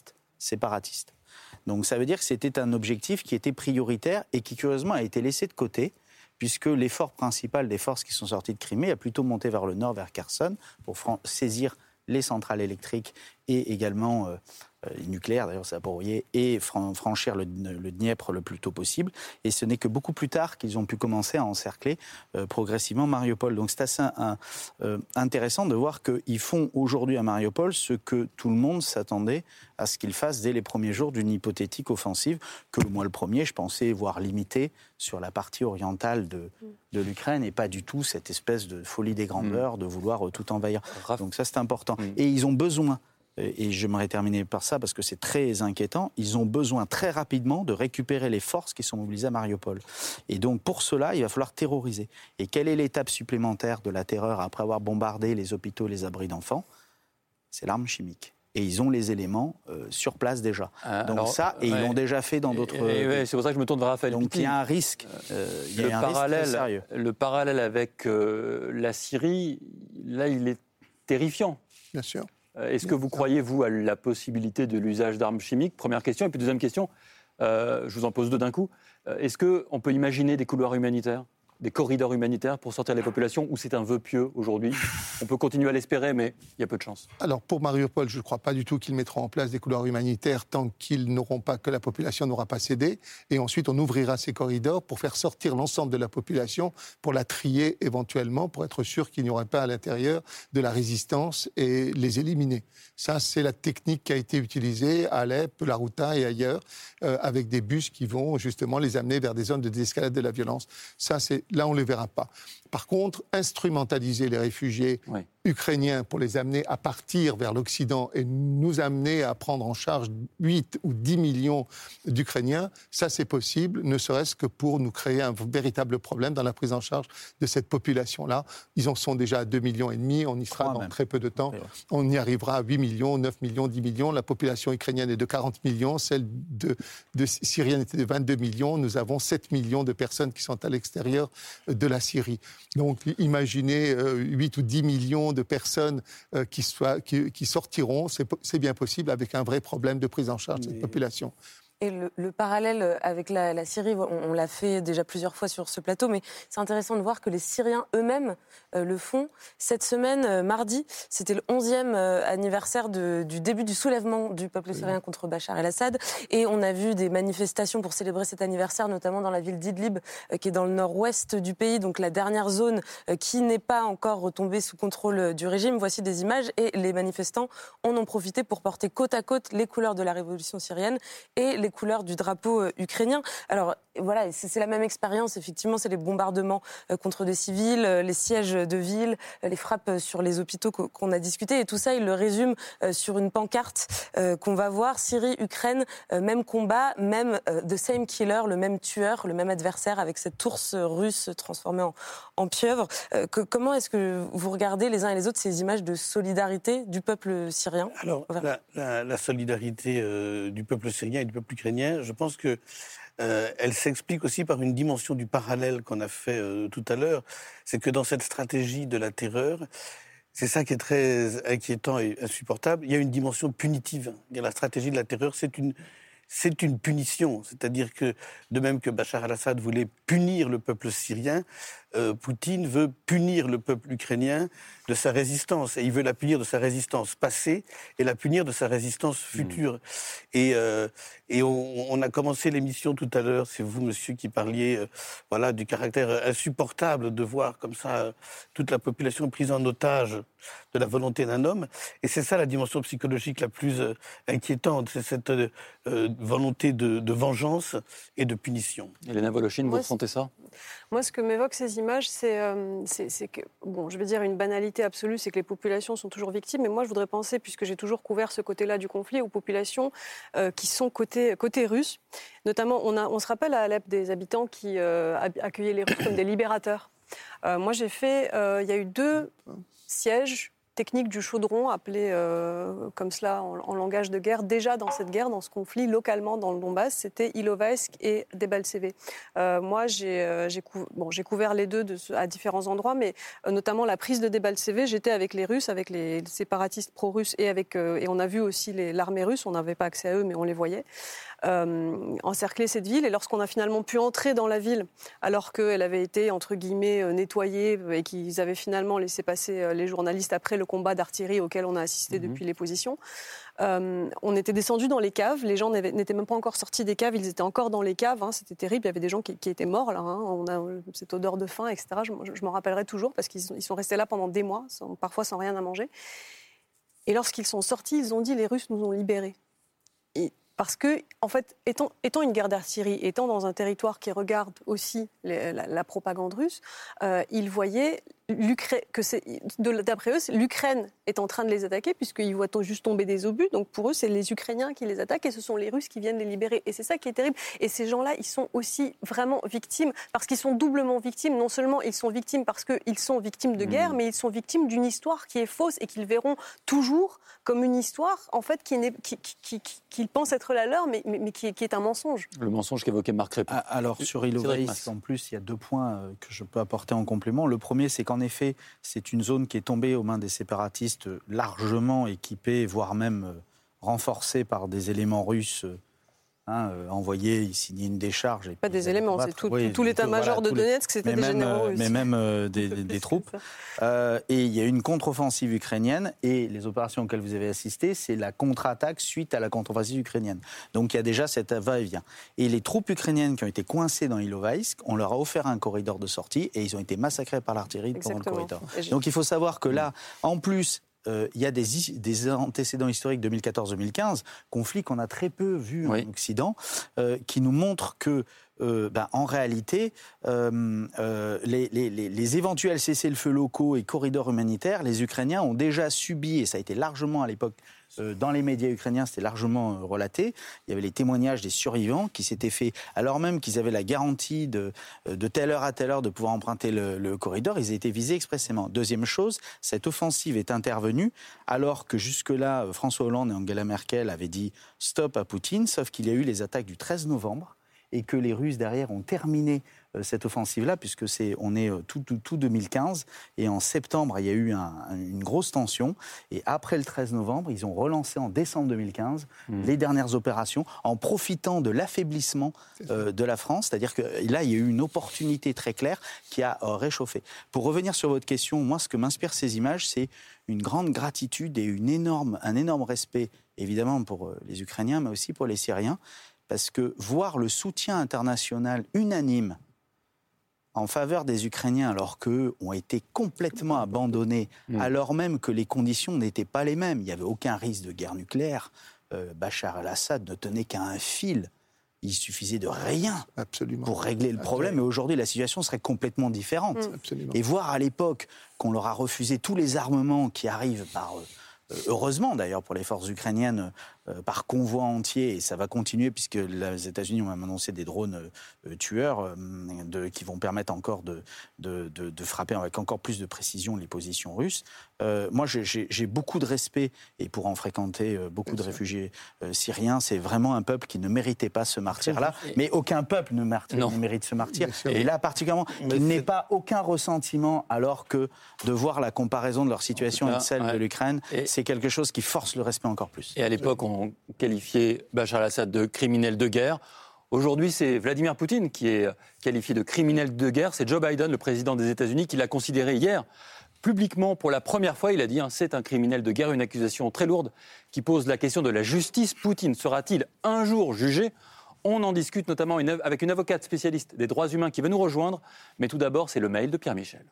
[SPEAKER 4] séparatiste. Donc ça veut dire que c'était un objectif qui était prioritaire et qui curieusement a été laissé de côté, puisque l'effort principal des forces qui sont sorties de Crimée a plutôt monté vers le nord, vers Kherson, pour saisir les centrales électriques et également nucléaires, d'ailleurs ça pour et franchir le Dniepr le plus tôt possible. Et ce n'est que beaucoup plus tard qu'ils ont pu commencer à encercler progressivement Mariupol. Donc c'est assez intéressant de voir qu'ils font aujourd'hui à Mariupol ce que tout le monde s'attendait à ce qu'ils fassent dès les premiers jours d'une hypothétique offensive que moi le premier je pensais voir limitée sur la partie orientale de l'Ukraine et pas du tout cette espèce de folie des grandeurs de vouloir tout envahir. Donc ça c'est important. Et ils ont besoin, et j'aimerais terminer par ça parce que c'est très inquiétant, ils ont besoin très rapidement de récupérer les forces qui sont mobilisées à Mariupol. Et donc pour cela, il va falloir terroriser. Et quelle est l'étape supplémentaire de la terreur après avoir bombardé les hôpitaux, les abris d'enfants ? C'est l'arme chimique. Et ils ont les éléments sur place déjà. Donc ils l'ont déjà fait dans d'autres...
[SPEAKER 2] c'est pour ça que je me tourne vers Raphaël.
[SPEAKER 4] Donc il y a un risque, risque très sérieux.
[SPEAKER 2] Le parallèle avec la Syrie, là, il est terrifiant.
[SPEAKER 11] Bien sûr.
[SPEAKER 2] Est-ce que vous croyez, vous, à la possibilité de l'usage d'armes chimiques ? Première question. Et puis deuxième question, je vous en pose deux d'un coup. Est-ce qu'on peut imaginer des couloirs humanitaires, des corridors humanitaires pour sortir les populations, ou c'est un vœu pieux aujourd'hui ? On peut continuer à l'espérer, mais il y a peu de chance.
[SPEAKER 11] Alors pour Mariupol, je ne crois pas du tout qu'ils mettront en place des couloirs humanitaires tant qu'ils n'auront pas, que la population n'aura pas cédé. Et ensuite, on ouvrira ces corridors pour faire sortir l'ensemble de la population, pour la trier éventuellement, pour être sûr qu'il n'y aurait pas à l'intérieur de la résistance et les éliminer. Ça, c'est la technique qui a été utilisée à Alep, la Ghouta et ailleurs, avec des bus qui vont justement les amener vers des zones de désescalade de la violence. Ça, là, on ne les verra pas. Par contre, instrumentaliser les réfugiés ukrainiens pour les amener à partir vers l'Occident et nous amener à prendre en charge 8 ou 10 millions d'Ukrainiens, ça c'est possible, ne serait-ce que pour nous créer un véritable problème dans la prise en charge de cette population-là. Ils en sont déjà à 2,5 millions, on y sera dans très peu de temps. On y arrivera à 8 millions, 9 millions, 10 millions. La population ukrainienne est de 40 millions, celle de syrienne était de 22 millions. Nous avons 7 millions de personnes qui sont à l'extérieur de la Syrie. Donc imaginez 8 ou 10 millions de personnes qui sortiront, c'est bien possible avec un vrai problème de prise en charge de cette population.
[SPEAKER 12] Et le parallèle avec la Syrie, on l'a fait déjà plusieurs fois sur ce plateau, mais c'est intéressant de voir que les Syriens eux-mêmes le font. Cette semaine, mardi, c'était le 11e anniversaire du début du soulèvement du peuple syrien contre Bachar el-Assad. Et on a vu des manifestations pour célébrer cet anniversaire, notamment dans la ville d'Idlib, qui est dans le nord-ouest du pays, donc la dernière zone qui n'est pas encore retombée sous contrôle du régime. Voici des images et les manifestants en ont profité pour porter côte à côte les couleurs de la révolution syrienne et les couleurs du drapeau ukrainien. Alors voilà, c'est la même expérience, effectivement, c'est les bombardements contre des civils, les sièges de villes, les frappes sur les hôpitaux qu'on a discuté, et tout ça, il le résume sur une pancarte qu'on va voir, Syrie, Ukraine, même combat, même the same killer, le même tueur, le même adversaire, avec cette ours russe transformée en pieuvre. Comment est-ce que vous regardez les uns et les autres ces images de solidarité du peuple syrien ?
[SPEAKER 6] Alors, la solidarité du peuple syrien et du peuple ukrainien, je pense que elle s'explique aussi par une dimension du parallèle qu'on a fait tout à l'heure. C'est que dans cette stratégie de la terreur, c'est ça qui est très inquiétant et insupportable, il y a une dimension punitive. La stratégie de la terreur, c'est une punition. C'est-à-dire que, de même que Bachar el-Assad voulait punir le peuple syrien, Poutine veut punir le peuple ukrainien de sa résistance. Et il veut la punir de sa résistance passée et la punir de sa résistance future. Et on a commencé l'émission tout à l'heure, c'est vous, monsieur, qui parliez du caractère insupportable de voir comme ça toute la population prise en otage de la volonté d'un homme. Et c'est ça la dimension psychologique la plus inquiétante, c'est cette volonté de vengeance et de punition.
[SPEAKER 2] Elena Voloshin, vous ressentez ça ?
[SPEAKER 5] Moi, ce que m'évoquent ces images, c'est que, bon, je veux dire une banalité absolue, c'est que les populations sont toujours victimes. Mais moi, je voudrais penser, puisque j'ai toujours couvert ce côté-là du conflit, aux populations qui sont côté russe. Notamment, on se rappelle à Alep des habitants qui accueillaient les Russes comme des libérateurs. Moi, il y a eu 2 sièges technique du chaudron, appelée comme cela en langage de guerre. Déjà dans cette guerre, dans ce conflit, localement dans le Donbass, c'était Ilovaisk et Debaltseve. Moi, j'ai couvert les deux à différents endroits, mais notamment la prise de Debaltseve, j'étais avec les Russes, avec les séparatistes pro-russes et on a vu aussi l'armée russe, on n'avait pas accès à eux, mais on les voyait, encercler cette ville. Et lorsqu'on a finalement pu entrer dans la ville, alors qu'elle avait été, entre guillemets, nettoyée et qu'ils avaient finalement laissé passer les journalistes après le combat d'artillerie auquel on a assisté depuis les positions, on était descendus dans les caves. Les gens n'étaient même pas encore sortis des caves, ils étaient encore dans les caves. C'était terrible, il y avait des gens qui étaient morts là. On a cette odeur de faim, etc. Je m'en rappellerai toujours parce qu'ils sont restés là pendant des mois, parfois sans rien à manger. Et lorsqu'ils sont sortis, ils ont dit « les Russes nous ont libérés ». Parce que, en fait, étant une guerre d'artillerie, étant dans un territoire qui regarde aussi la propagande russe, ils voyaient d'après eux, l'Ukraine est en train de les attaquer, puisqu'ils voient juste tomber des obus. Donc pour eux, c'est les Ukrainiens qui les attaquent et ce sont les Russes qui viennent les libérer. Et c'est ça qui est terrible. Et ces gens-là, ils sont aussi vraiment victimes, parce qu'ils sont doublement victimes. Non seulement ils sont victimes parce qu'ils sont victimes de guerre, mais ils sont victimes d'une histoire qui est fausse et qu'ils verront toujours comme une histoire, en fait, qu'ils pensent être la leur, mais qui est un mensonge.
[SPEAKER 2] Le mensonge qu'évoquait Marc Répond.
[SPEAKER 4] Alors, sur Ilovaisk, en plus, il y a 2 points que je peux apporter en complément. Le premier, c'est qu'en effet, c'est une zone qui est tombée aux mains des séparatistes largement équipée, voire même renforcée par des éléments russes envoyés, ils signaient une décharge.
[SPEAKER 5] Pas des éléments, c'est tout l'état-major de Donetsk, c'était des généraux russes.
[SPEAKER 4] Mais même des troupes. Et il y a une contre-offensive ukrainienne, et les opérations auxquelles vous avez assisté, c'est la contre-attaque suite à la contre-offensive ukrainienne. Donc il y a déjà cette va-et-vient. Et les troupes ukrainiennes qui ont été coincées dans Ilovaisk, on leur a offert un corridor de sortie, et ils ont été massacrés par l'artillerie pendant le corridor. Donc il faut savoir que là, en plus, il y a des antécédents historiques 2014-2015, conflits qu'on a très peu vus en Occident, qui nous montrent que, en réalité, les éventuels cessez-le-feu locaux et corridors humanitaires, les Ukrainiens ont déjà subi, et ça a été largement à l'époque, dans les médias ukrainiens, c'était largement relaté. Il y avait les témoignages des survivants qui s'étaient faits, alors même qu'ils avaient la garantie de telle heure à telle heure de pouvoir emprunter le corridor, ils étaient visés expressément. Deuxième chose, cette offensive est intervenue alors que jusque-là, François Hollande et Angela Merkel avaient dit stop à Poutine, sauf qu'il y a eu les attaques du 13 novembre et que les Russes derrière ont terminé cette offensive-là, puisque on est tout 2015, et en septembre, il y a eu une grosse tension, et après le 13 novembre, ils ont relancé en décembre 2015 les dernières opérations, en profitant de l'affaiblissement de la France, c'est-à-dire que là, il y a eu une opportunité très claire qui a réchauffé. Pour revenir sur votre question, moi, ce que m'inspirent ces images, c'est une grande gratitude et un énorme respect, évidemment, pour les Ukrainiens, mais aussi pour les Syriens, parce que voir le soutien international unanime en faveur des Ukrainiens, alors qu'eux ont été complètement abandonnés, alors même que les conditions n'étaient pas les mêmes. Il n'y avait aucun risque de guerre nucléaire. Bachar el-Assad ne tenait qu'à un fil. Il suffisait de rien pour régler le problème. Et aujourd'hui, la situation serait complètement différente. Et voir à l'époque qu'on leur a refusé tous les armements qui arrivent par... heureusement d'ailleurs pour les forces ukrainiennes, par convoi entier, et ça va continuer puisque les États-Unis ont même annoncé des drones tueurs qui vont permettre encore de frapper avec encore plus de précision les positions russes. Moi j'ai beaucoup de respect, et pour en fréquenter beaucoup de réfugiés syriens, c'est vraiment un peuple qui ne méritait pas ce martyr-là, mais aucun peuple ne mérite ce martyr. Et là particulièrement, il n'est pas aucun ressentiment, alors que de voir la comparaison de leur situation et de celle de l'Ukraine, c'est quelque chose qui force le respect encore plus.
[SPEAKER 2] Et à l'époque, on qualifiait Bachar el-Assad de criminel de guerre. Aujourd'hui, c'est Vladimir Poutine qui est qualifié de criminel de guerre. C'est Joe Biden, le président des États-Unis, qui l'a considéré hier publiquement pour la première fois. Il a dit c'est un criminel de guerre, une accusation très lourde qui pose la question de la justice. Poutine sera-t-il un jour jugé ? On en discute notamment avec une avocate spécialiste des droits humains qui va nous rejoindre. Mais tout d'abord, c'est le mail de Pierre Michel.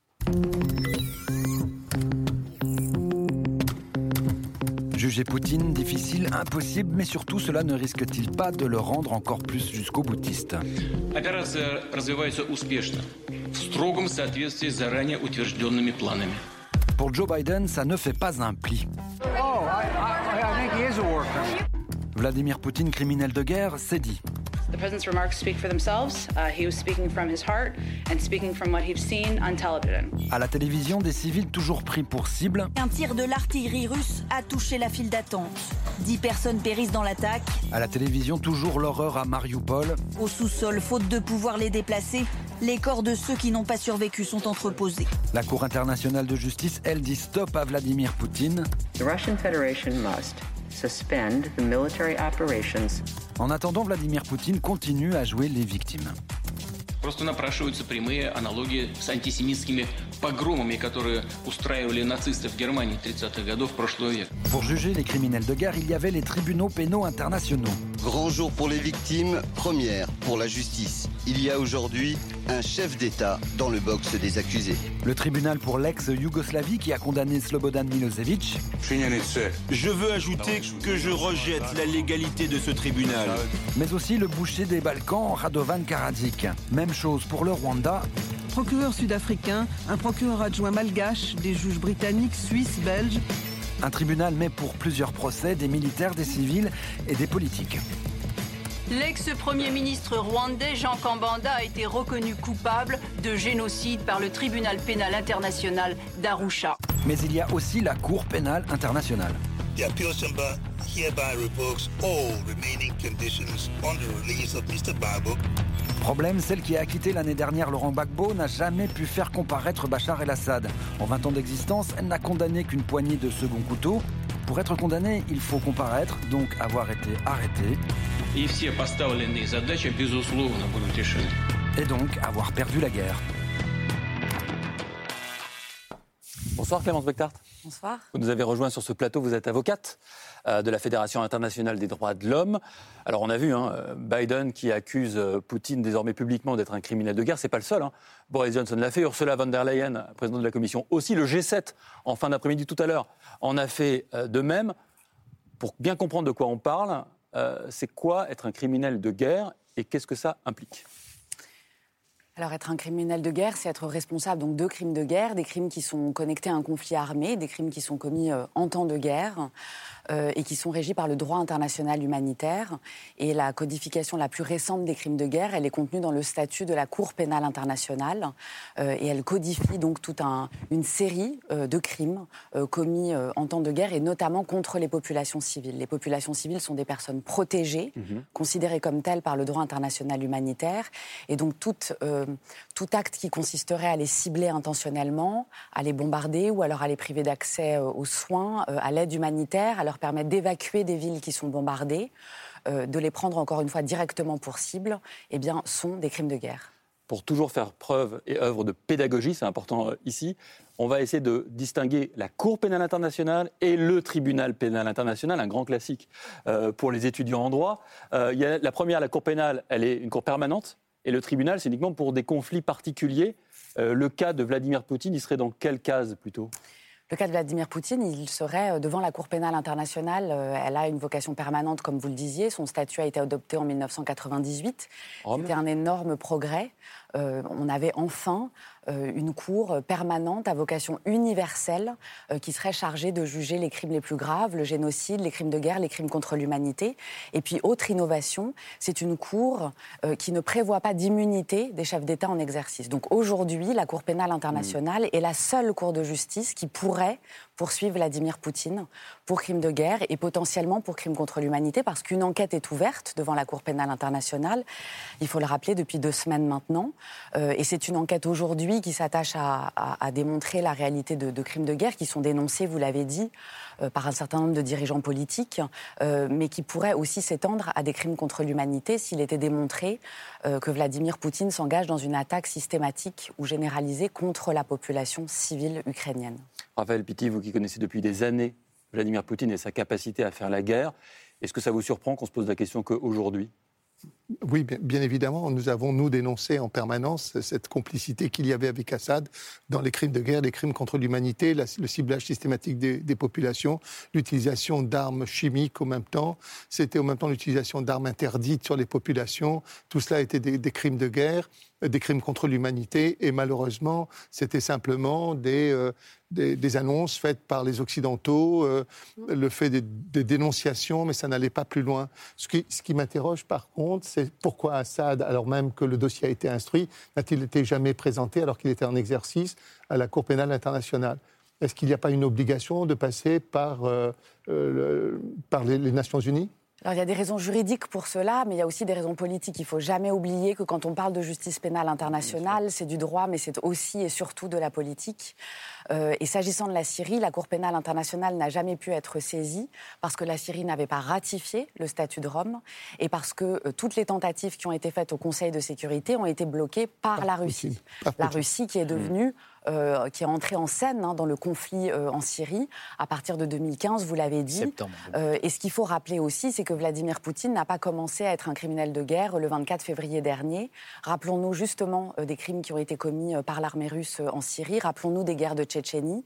[SPEAKER 13] Juger Poutine, difficile, impossible, mais surtout cela ne risque-t-il pas de le rendre encore plus jusqu'au boutiste ?
[SPEAKER 14] Операция развивается успешно, в строгом соответствии с заранее утвержденными планами.
[SPEAKER 13] Pour Joe Biden, ça ne fait pas un pli. Vladimir Poutine, criminel de guerre, c'est dit.
[SPEAKER 15] The president's remarks speak for themselves. He was speaking from his heart and speaking from what he's seen on television.
[SPEAKER 13] À la télévision, des civils toujours pris pour cible.
[SPEAKER 16] Un tir de l'artillerie russe a touché la file d'attente. 10 personnes périssent dans l'attaque.
[SPEAKER 13] À la télévision, toujours l'horreur à Mariupol.
[SPEAKER 16] Au sous-sol, faute de pouvoir les déplacer, les corps de ceux qui n'ont pas survécu sont entreposés.
[SPEAKER 13] La Cour internationale de justice, elle, dit stop à Vladimir Poutine.
[SPEAKER 17] The Russian Federation must suspend the military operations.
[SPEAKER 13] En attendant, Vladimir Poutine continue à jouer les victimes.
[SPEAKER 14] Просто напрашиваются прямые аналогии с антисемитскими погромами, которые устраивали нацисты в Германии 30-х годов прошлого века.
[SPEAKER 13] Pour juger les criminels de guerre, il y avait les tribunaux pénaux internationaux.
[SPEAKER 18] Grand jour pour les victimes, première pour la justice. Il y a aujourd'hui un chef d'État dans le box des accusés.
[SPEAKER 13] Le tribunal pour l'ex-Yougoslavie qui a condamné Slobodan Milosevic.
[SPEAKER 19] Je veux ajouter que je rejette la légalité de ce tribunal.
[SPEAKER 13] Mais aussi le boucher des Balkans, Radovan Karadzic. Même chose pour le Rwanda.
[SPEAKER 20] Procureur sud-africain, un procureur adjoint malgache, des juges britanniques, suisses, belges.
[SPEAKER 13] Un tribunal met pour plusieurs procès des militaires, des civils et des politiques.
[SPEAKER 16] L'ex-premier ministre rwandais Jean Kambanda a été reconnu coupable de génocide par le tribunal pénal international d'Arusha.
[SPEAKER 13] Mais il y a aussi la Cour pénale internationale.
[SPEAKER 21] The appeal chamber hereby revokes all remaining conditions on the release of Mr. Gbagbo.
[SPEAKER 13] Problème, celle qui a acquitté l'année dernière Laurent Gbagbo n'a jamais pu faire comparaître Bachar el-Assad. En 20 ans d'existence, elle n'a condamné qu'une poignée de seconds couteaux. Pour être condamné, il faut comparaître, donc avoir été arrêté.
[SPEAKER 14] И все поставленные задачи, безусловно, будут решены.
[SPEAKER 13] Et donc avoir perdu la guerre.
[SPEAKER 2] Bonsoir Clémence Bectart.
[SPEAKER 12] Bonsoir.
[SPEAKER 2] Vous nous avez rejoint sur ce plateau, vous êtes avocate de la Fédération internationale des droits de l'homme. Alors on a vu Biden qui accuse Poutine désormais publiquement d'être un criminel de guerre, c'est pas le seul. Boris Johnson l'a fait, Ursula von der Leyen, présidente de la Commission aussi, le G7 en fin d'après-midi tout à l'heure en a fait de même. Pour bien comprendre de quoi on parle, c'est quoi être un criminel de guerre et qu'est-ce que ça implique ?
[SPEAKER 12] Alors, être un criminel de guerre, c'est être responsable donc, de crimes de guerre, des crimes qui sont connectés à un conflit armé, des crimes qui sont commis en temps de guerre et qui sont régis par le droit international humanitaire. Et la codification la plus récente des crimes de guerre, elle est contenue dans le statut de la Cour pénale internationale et elle codifie donc toute une série de crimes commis en temps de guerre et notamment contre les populations civiles. Les populations civiles sont des personnes protégées, considérées comme telles par le droit international humanitaire et donc tout acte qui consisterait à les cibler intentionnellement, à les bombarder ou alors à les priver d'accès aux soins, à l'aide humanitaire, à leur permettre d'évacuer des villes qui sont bombardées, de les prendre encore une fois directement pour cible, eh bien, sont des crimes de guerre.
[SPEAKER 2] Pour toujours faire preuve et œuvre de pédagogie, c'est important ici, on va essayer de distinguer la Cour pénale internationale et le Tribunal pénal international, un grand classique pour les étudiants en droit. Il y a la première, la Cour pénale, elle est une cour permanente. Et le tribunal, c'est uniquement pour des conflits particuliers. Le cas de Vladimir Poutine, il serait dans quelle case plutôt ?
[SPEAKER 12] Le cas de Vladimir Poutine, il serait devant la Cour pénale internationale. Elle a une vocation permanente, comme vous le disiez. Son statut a été adopté en 1998. C'était un énorme progrès. On avait enfin une cour permanente à vocation universelle qui serait chargée de juger les crimes les plus graves, le génocide, les crimes de guerre, les crimes contre l'humanité. Et puis, autre innovation, c'est une cour qui ne prévoit pas d'immunité des chefs d'État en exercice. Donc aujourd'hui, la Cour pénale internationale est la seule cour de justice qui pourrait poursuivre Vladimir Poutine pour crimes de guerre et potentiellement pour crimes contre l'humanité parce qu'une enquête est ouverte devant la Cour pénale internationale, il faut le rappeler, depuis 2 semaines maintenant. Et c'est une enquête aujourd'hui qui s'attache à démontrer la réalité de crimes de guerre qui sont dénoncés, vous l'avez dit, par un certain nombre de dirigeants politiques, mais qui pourraient aussi s'étendre à des crimes contre l'humanité s'il était démontré que Vladimir Poutine s'engage dans une attaque systématique ou généralisée contre la population civile ukrainienne.
[SPEAKER 2] Raphaël Pitti, vous qui connaissez depuis des années Vladimir Poutine et sa capacité à faire la guerre, est-ce que ça vous surprend qu'on se pose la question qu'aujourd'hui ?
[SPEAKER 11] Oui, bien évidemment. Nous avons, dénoncé en permanence cette complicité qu'il y avait avec Assad dans les crimes de guerre, les crimes contre l'humanité, le ciblage systématique des populations, l'utilisation d'armes chimiques au même temps. C'était au même temps l'utilisation d'armes interdites sur les populations. Tout cela était des crimes de guerre. des crimes contre l'humanité. Et malheureusement, c'était simplement des annonces faites par les Occidentaux, le fait des dénonciations, mais ça n'allait pas plus loin. Ce qui m'interroge par contre, c'est pourquoi Assad, alors même que le dossier a été instruit, n'a-t-il été jamais présenté alors qu'il était en exercice à la Cour pénale internationale ? Est-ce qu'il n'y a pas une obligation de passer par les Nations Unies ?
[SPEAKER 1] Alors, il y a des raisons juridiques pour cela, mais il y a aussi des raisons politiques. Il ne faut jamais oublier que quand on parle de justice pénale internationale, c'est du droit, mais c'est aussi et surtout de la politique. Et s'agissant de la Syrie, la Cour pénale internationale n'a jamais pu être saisie parce que la Syrie n'avait pas ratifié le statut de Rome et parce que toutes les tentatives qui ont été faites au Conseil de sécurité ont été bloquées par la Russie. La Russie qui est devenue... qui est entrée en scène dans le conflit en Syrie à partir de 2015, vous l'avez dit. Et ce qu'il faut rappeler aussi, c'est que Vladimir Poutine n'a pas commencé à être un criminel de guerre le 24 février dernier. Rappelons-nous justement des crimes qui ont été commis par l'armée russe en Syrie. Rappelons-nous des guerres de Tchétchénie.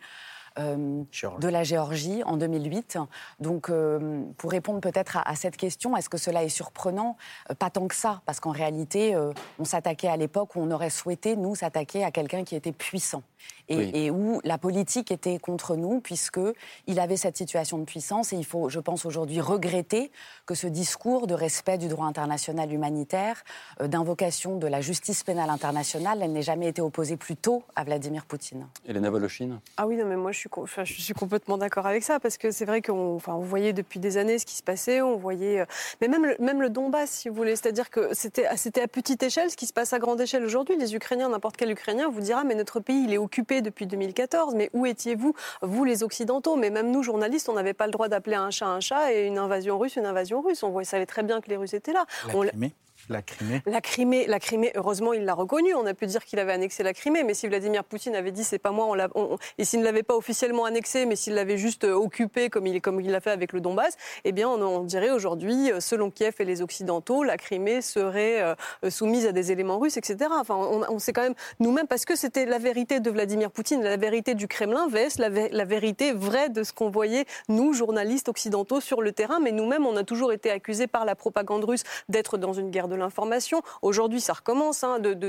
[SPEAKER 1] De la Géorgie en 2008. Donc, pour répondre peut-être à cette question, est-ce que cela est surprenant ? Pas tant que ça, parce qu'en réalité, on s'attaquait à l'époque où on aurait souhaité, nous, s'attaquer à quelqu'un qui était puissant. Et où la politique était contre nous, puisqu'il avait cette situation de puissance. Et il faut, je pense, aujourd'hui regretter que ce discours de respect du droit international humanitaire, d'invocation de la justice pénale internationale, elle n'ait jamais été opposée plus tôt à Vladimir Poutine.
[SPEAKER 2] Elena Voloshin ?
[SPEAKER 5] Ah oui, non, mais moi, je suis complètement d'accord avec ça, parce que c'est vrai qu'on voyait depuis des années ce qui se passait, on voyait... Mais même le Donbass, si vous voulez, c'est-à-dire que c'était à petite échelle ce qui se passe à grande échelle aujourd'hui. Les Ukrainiens, n'importe quel Ukrainien vous dira, mais notre pays, il est occupé depuis 2014, mais où étiez-vous, vous les Occidentaux? Mais même nous, journalistes, on n'avait pas le droit d'appeler un chat et une invasion russe. On savait très bien que les Russes étaient là.
[SPEAKER 4] La Crimée, heureusement, il l'a reconnu. On a pu dire qu'il avait annexé la Crimée, mais si Vladimir Poutine avait dit c'est pas moi, et s'il ne l'avait pas officiellement annexé, mais s'il l'avait juste occupé comme il l'a fait avec le Donbass, eh bien, on dirait aujourd'hui, selon Kiev et les Occidentaux, la Crimée serait soumise à des éléments russes, etc. Enfin, on sait quand même nous-mêmes, parce que c'était la vérité de Vladimir Poutine, la vérité du Kremlin, vs la vérité vraie de ce qu'on voyait, nous, journalistes occidentaux, sur le terrain. Mais nous-mêmes, on a toujours été accusés par la propagande russe d'être dans une guerre de l'information. Aujourd'hui, ça recommence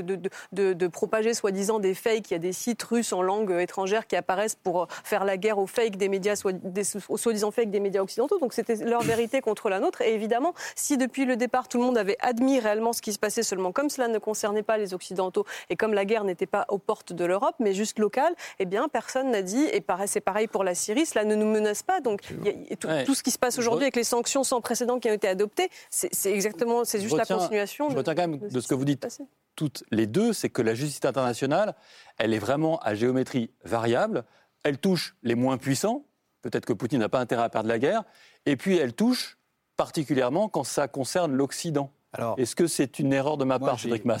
[SPEAKER 4] de propager soi-disant des fakes. Il y a des sites russes en langue étrangère qui apparaissent pour faire la guerre aux fakes des médias, aux soi-disant fakes des médias occidentaux. Donc c'était leur vérité contre la nôtre. Et évidemment, si depuis le départ, tout le monde avait admis réellement ce qui se passait, seulement comme cela ne concernait pas les Occidentaux et comme la guerre n'était pas aux portes de l'Europe, mais juste locale, eh bien, personne n'a dit, et c'est pareil pour la Syrie, cela ne nous menace pas. Donc tout ce qui se passe aujourd'hui avec les sanctions sans précédent qui ont été adoptées, c'est juste la continuation.
[SPEAKER 2] Je retiens quand même de ce que vous dites toutes les deux, c'est que la justice internationale, elle est vraiment à géométrie variable. Elle touche les moins puissants. Peut-être que Poutine n'a pas intérêt à perdre la guerre. Et puis elle touche particulièrement quand ça concerne l'Occident. Alors, est-ce que c'est une erreur de ma part, Cédric Masse ?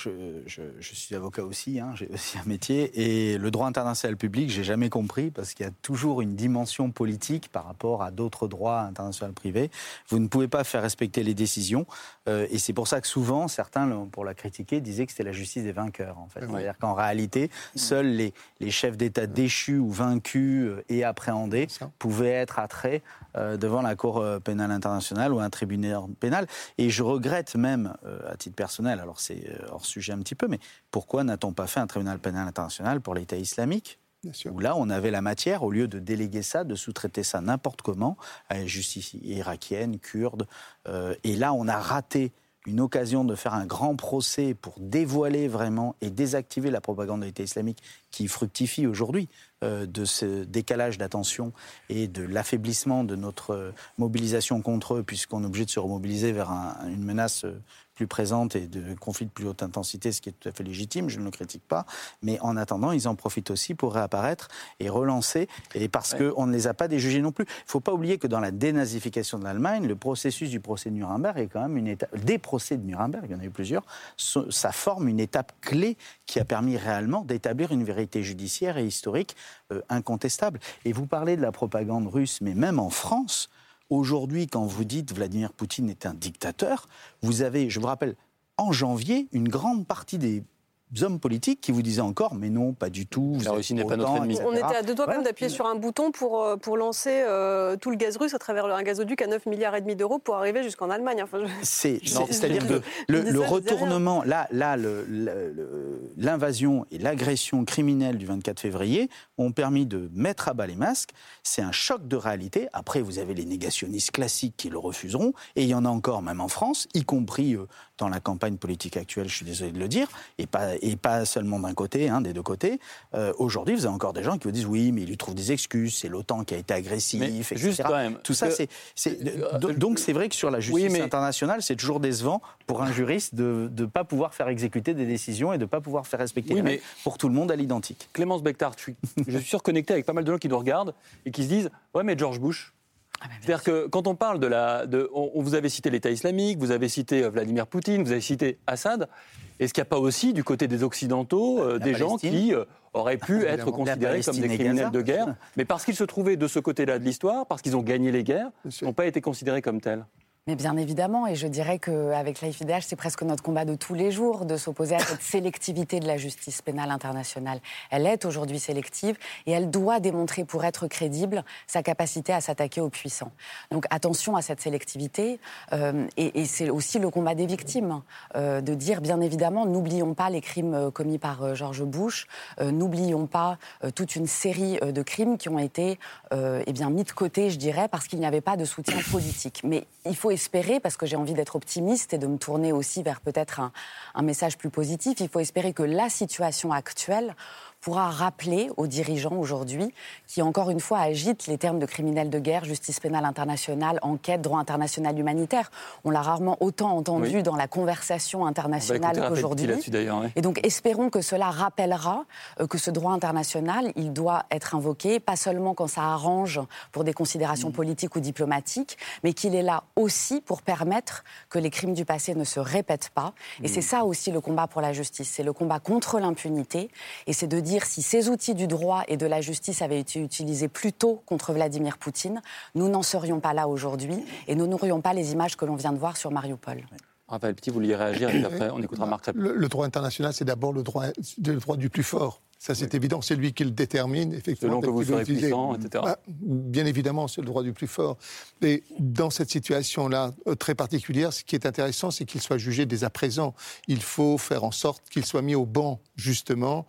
[SPEAKER 4] Je suis avocat aussi, j'ai aussi un métier. Et le droit international public, j'ai jamais compris, parce qu'il y a toujours une dimension politique par rapport à d'autres droits internationaux privés. Vous ne pouvez pas faire respecter les décisions. Et c'est pour ça que souvent, certains, pour la critiquer, disaient que c'était la justice des vainqueurs. En fait. C'est-à-dire qu'en réalité, seuls les chefs d'État déchus ou vaincus et appréhendés pouvaient être attraits devant la Cour pénale internationale ou un tribunal pénal. Et je regrette même, à titre personnel, alors c'est hors sujet un petit peu, mais pourquoi n'a-t-on pas fait un tribunal pénal international pour l'État islamique ? Où là, on avait la matière, au lieu de déléguer ça, de sous-traiter ça n'importe comment, à la justice irakienne, kurde. Et là, on a raté une occasion de faire un grand procès pour dévoiler vraiment et désactiver la propagande de l'État islamique qui fructifie aujourd'hui de ce décalage d'attention et de l'affaiblissement de notre mobilisation contre eux, puisqu'on est obligé de se remobiliser vers une menace plus présente et de conflits de plus haute intensité, ce qui est tout à fait légitime, je ne le critique pas. Mais en attendant, ils en profitent aussi pour réapparaître et relancer, et parce qu'on ne les a pas déjugés non plus. Il ne faut pas oublier que dans la dénazification de l'Allemagne, le processus du procès de Nuremberg est quand même une étape... Des procès de Nuremberg, il y en a eu plusieurs, ça forme une étape clé qui a permis réellement d'établir une vérité judiciaire et historique incontestable. Et vous parlez de la propagande russe, mais même en France... Aujourd'hui, quand vous dites Vladimir Poutine est un dictateur, vous avez, je vous rappelle, en janvier, une grande partie des hommes politiques qui vous disaient encore, mais non, pas du tout.
[SPEAKER 2] La Russie n'est pas notre ennemi.
[SPEAKER 5] On était à 2 doigts quand même d'appuyer sur un bouton pour lancer tout le gaz russe à travers un gazoduc à 9,5 milliards d'euros pour arriver jusqu'en Allemagne. Enfin,
[SPEAKER 4] c'est-à-dire que le retournement, l'invasion et l'agression criminelle du 24 février ont permis de mettre à bas les masques. C'est un choc de réalité. Après, vous avez les négationnistes classiques qui le refuseront, et il y en a encore même en France, y compris dans la campagne politique actuelle, je suis désolé de le dire, et pas seulement d'un côté, des deux côtés. Aujourd'hui, vous avez encore des gens qui vous disent oui, mais ils lui trouvent des excuses, c'est l'OTAN qui a été agressif, etc.
[SPEAKER 2] Juste quand même,
[SPEAKER 4] tout ça, donc c'est vrai que sur la justice internationale, c'est toujours décevant pour un juriste de ne pas pouvoir faire exécuter des décisions et de ne pas pouvoir faire respecter les règles pour tout le monde à l'identique.
[SPEAKER 2] Clémence Bectard, je suis reconnecté avec pas mal de gens qui nous regardent et qui se disent « Ouais, mais George Bush ». C'est-à-dire que quand on parle vous avez cité l'État islamique, vous avez cité Vladimir Poutine, vous avez cité Assad. Est-ce qu'il n'y a pas aussi du côté des Occidentaux des gens qui auraient pu être considérés comme des criminels de guerre, mais parce qu'ils se trouvaient de ce côté-là de l'histoire, parce qu'ils ont gagné les guerres, n'ont pas été considérés comme tels?
[SPEAKER 1] Mais bien évidemment, et je dirais qu'avec l'AFIDH, c'est presque notre combat de tous les jours de s'opposer à cette sélectivité de la justice pénale internationale. Elle est aujourd'hui sélective et elle doit démontrer, pour être crédible, sa capacité à s'attaquer aux puissants. Donc attention à cette sélectivité, et c'est aussi le combat des victimes, de dire bien évidemment, n'oublions pas les crimes commis par George Bush, n'oublions pas toute une série de crimes qui ont été mis de côté, je dirais, parce qu'il n'y avait pas de soutien politique. Mais il faut espérer, parce que j'ai envie d'être optimiste et de me tourner aussi vers peut-être un message plus positif, il faut espérer que la situation actuelle pourra rappeler aux dirigeants aujourd'hui qui, encore une fois, agitent les termes de criminels de guerre, justice pénale internationale, enquête, droit international humanitaire. On l'a rarement autant entendu dans la conversation internationale qu'aujourd'hui. Et donc, espérons que cela rappellera que ce droit international, il doit être invoqué, pas seulement quand ça arrange pour des considérations politiques ou diplomatiques, mais qu'il est là aussi pour permettre que les crimes du passé ne se répètent pas. Et c'est ça aussi le combat pour la justice. C'est le combat contre l'impunité. Et c'est de dire si ces outils du droit et de la justice avaient été utilisés plus tôt contre Vladimir Poutine, nous n'en serions pas là aujourd'hui et nous n'aurions pas les images que l'on vient de voir sur Mariupol.
[SPEAKER 2] Raphaël Petit, vous vouliez réagir et après on écoutera Marc Réponds.
[SPEAKER 11] Le droit international, c'est d'abord le droit du plus fort. Ça, c'est évident, c'est lui qui le détermine, effectivement.
[SPEAKER 2] Selon que vous serez puissant, etc.
[SPEAKER 11] Bien évidemment, c'est le droit du plus fort. Et dans cette situation-là, très particulière, ce qui est intéressant, c'est qu'il soit jugé dès à présent. Il faut faire en sorte qu'il soit mis au banc, justement,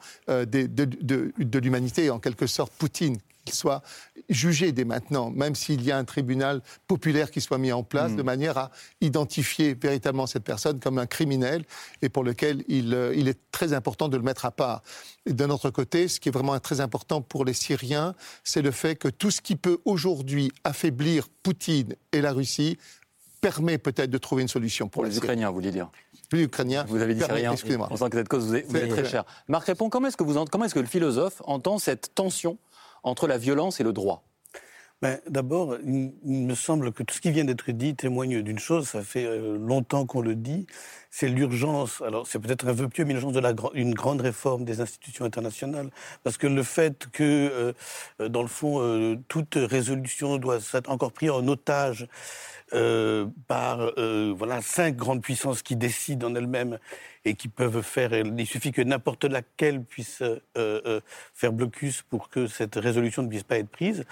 [SPEAKER 11] de l'humanité, en quelque sorte, Poutine, qu'il soit jugé dès maintenant, même s'il y a un tribunal populaire qui soit mis en place, de manière à identifier véritablement cette personne comme un criminel et pour lequel il est très important de le mettre à part. Et d'un autre côté, ce qui est vraiment très important pour les Syriens, c'est le fait que tout ce qui peut aujourd'hui affaiblir Poutine et la Russie permet peut-être de trouver une solution pour
[SPEAKER 2] les Ukrainiens, vous vouliez dire.
[SPEAKER 11] Les Ukrainiens.
[SPEAKER 2] Vous avez dit Syriens. Excusez-moi. On sent que cette cause vous est très chère. Marc Réponds, comment est-ce que le philosophe entend cette tension entre la violence et le droit?
[SPEAKER 6] D'abord, il me semble que tout ce qui vient d'être dit témoigne d'une chose, ça fait longtemps qu'on le dit, c'est l'urgence, alors c'est peut-être un vœu pieux, mais l'urgence d'une grande réforme des institutions internationales. Parce que le fait que, dans le fond, toute résolution doit être encore prise en otage par 5 grandes puissances qui décident en elles-mêmes et qui peuvent faire... Il suffit que n'importe laquelle puisse faire blocus pour que cette résolution ne puisse pas être prise.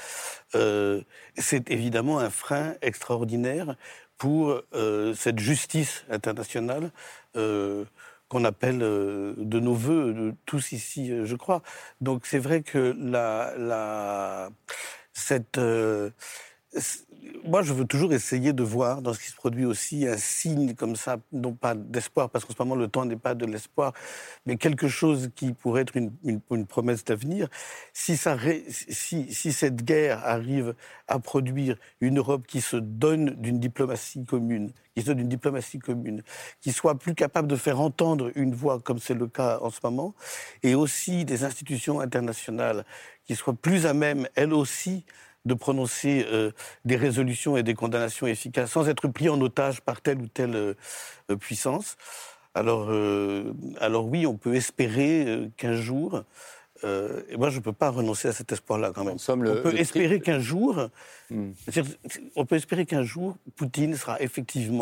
[SPEAKER 6] C'est évidemment un frein extraordinaire pour cette justice internationale qu'on appelle de nos voeux, tous ici, je crois. Donc c'est vrai que moi, je veux toujours essayer de voir dans ce qui se produit aussi un signe comme ça, non pas d'espoir, parce qu'en ce moment, le temps n'est pas de l'espoir, mais quelque chose qui pourrait être une promesse d'avenir. Si cette guerre arrive à produire une Europe qui se donne d'une diplomatie commune, qui soit plus capable de faire entendre une voix, comme c'est le cas en ce moment, et aussi des institutions internationales qui soient plus à même, elles aussi, de prononcer des résolutions et des condamnations efficaces sans être pris en otage par telle ou telle puissance. Alors oui, on peut espérer qu'un jour, et moi je ne peux pas renoncer à cet espoir-là quand même. On peut espérer qu'un jour, Poutine sera effectivement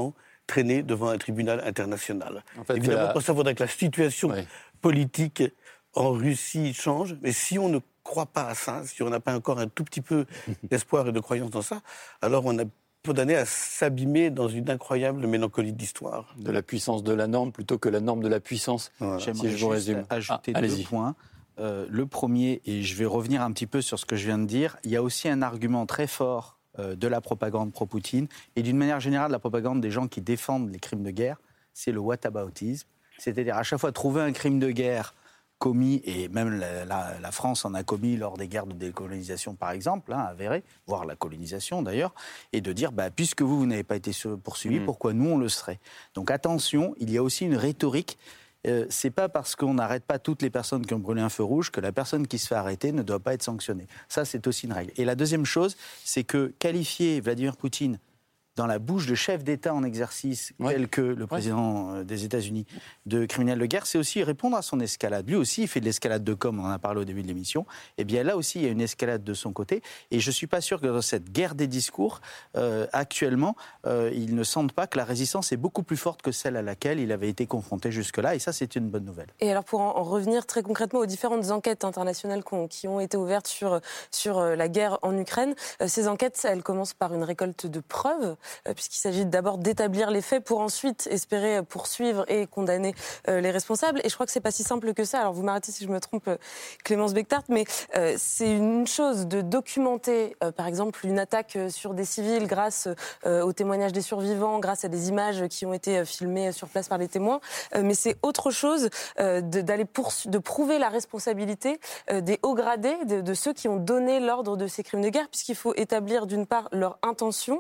[SPEAKER 6] traîner devant un tribunal international.
[SPEAKER 2] En fait,
[SPEAKER 6] évidemment, pour ça, il faudrait que la situation politique en Russie change, mais si on ne croit pas à ça, si on n'a pas encore un tout petit peu d'espoir et de croyance dans ça, alors on a condamné à s'abîmer dans une incroyable mélancolie d'histoire.
[SPEAKER 2] De la puissance de la norme plutôt que la norme de la puissance,
[SPEAKER 4] J'aimerais
[SPEAKER 2] si je vous résume.
[SPEAKER 4] ajouter 2 points. Le premier, et je vais revenir un petit peu sur ce que je viens de dire, il y a aussi un argument très fort de la propagande pro-Poutine et d'une manière générale de la propagande des gens qui défendent les crimes de guerre, c'est le whataboutisme. C'est-à-dire à chaque fois trouver un crime de guerre commis, et même la France en a commis lors des guerres de décolonisation par exemple, avérées, voire la colonisation d'ailleurs, et de dire puisque vous n'avez pas été poursuivis, pourquoi nous on le serait? Donc attention, il y a aussi une rhétorique. C'est pas parce qu'on n'arrête pas toutes les personnes qui ont brûlé un feu rouge que la personne qui se fait arrêter ne doit pas être sanctionnée. Ça, c'est aussi une règle. Et la deuxième chose, c'est que qualifier Vladimir Poutine dans la bouche de chef d'État en exercice, tel que le président des États-Unis, de criminel de guerre, c'est aussi répondre à son escalade. Lui aussi, il fait de l'escalade de com', on en a parlé au début de l'émission. Eh bien, là aussi, il y a une escalade de son côté. Et je ne suis pas sûr que dans cette guerre des discours, actuellement, il ne sente pas que la résistance est beaucoup plus forte que celle à laquelle il avait été confronté jusque-là. Et ça, c'est une bonne nouvelle.
[SPEAKER 12] Et alors, pour en revenir très concrètement aux différentes enquêtes internationales qui ont été ouvertes sur la guerre en Ukraine, ces enquêtes, elles commencent par une récolte de preuves, puisqu'il s'agit d'abord d'établir les faits pour ensuite espérer poursuivre et condamner les responsables. Et je crois que c'est pas si simple que ça. Alors vous m'arrêtez si je me trompe, Clémence Bectart, mais c'est une chose de documenter, par exemple, une attaque sur des civils grâce aux témoignages des survivants, grâce à des images qui ont été filmées sur place par les témoins. Mais c'est autre chose de prouver la responsabilité des hauts gradés, de ceux qui ont donné l'ordre de ces crimes de guerre, puisqu'il faut établir d'une part leur intention,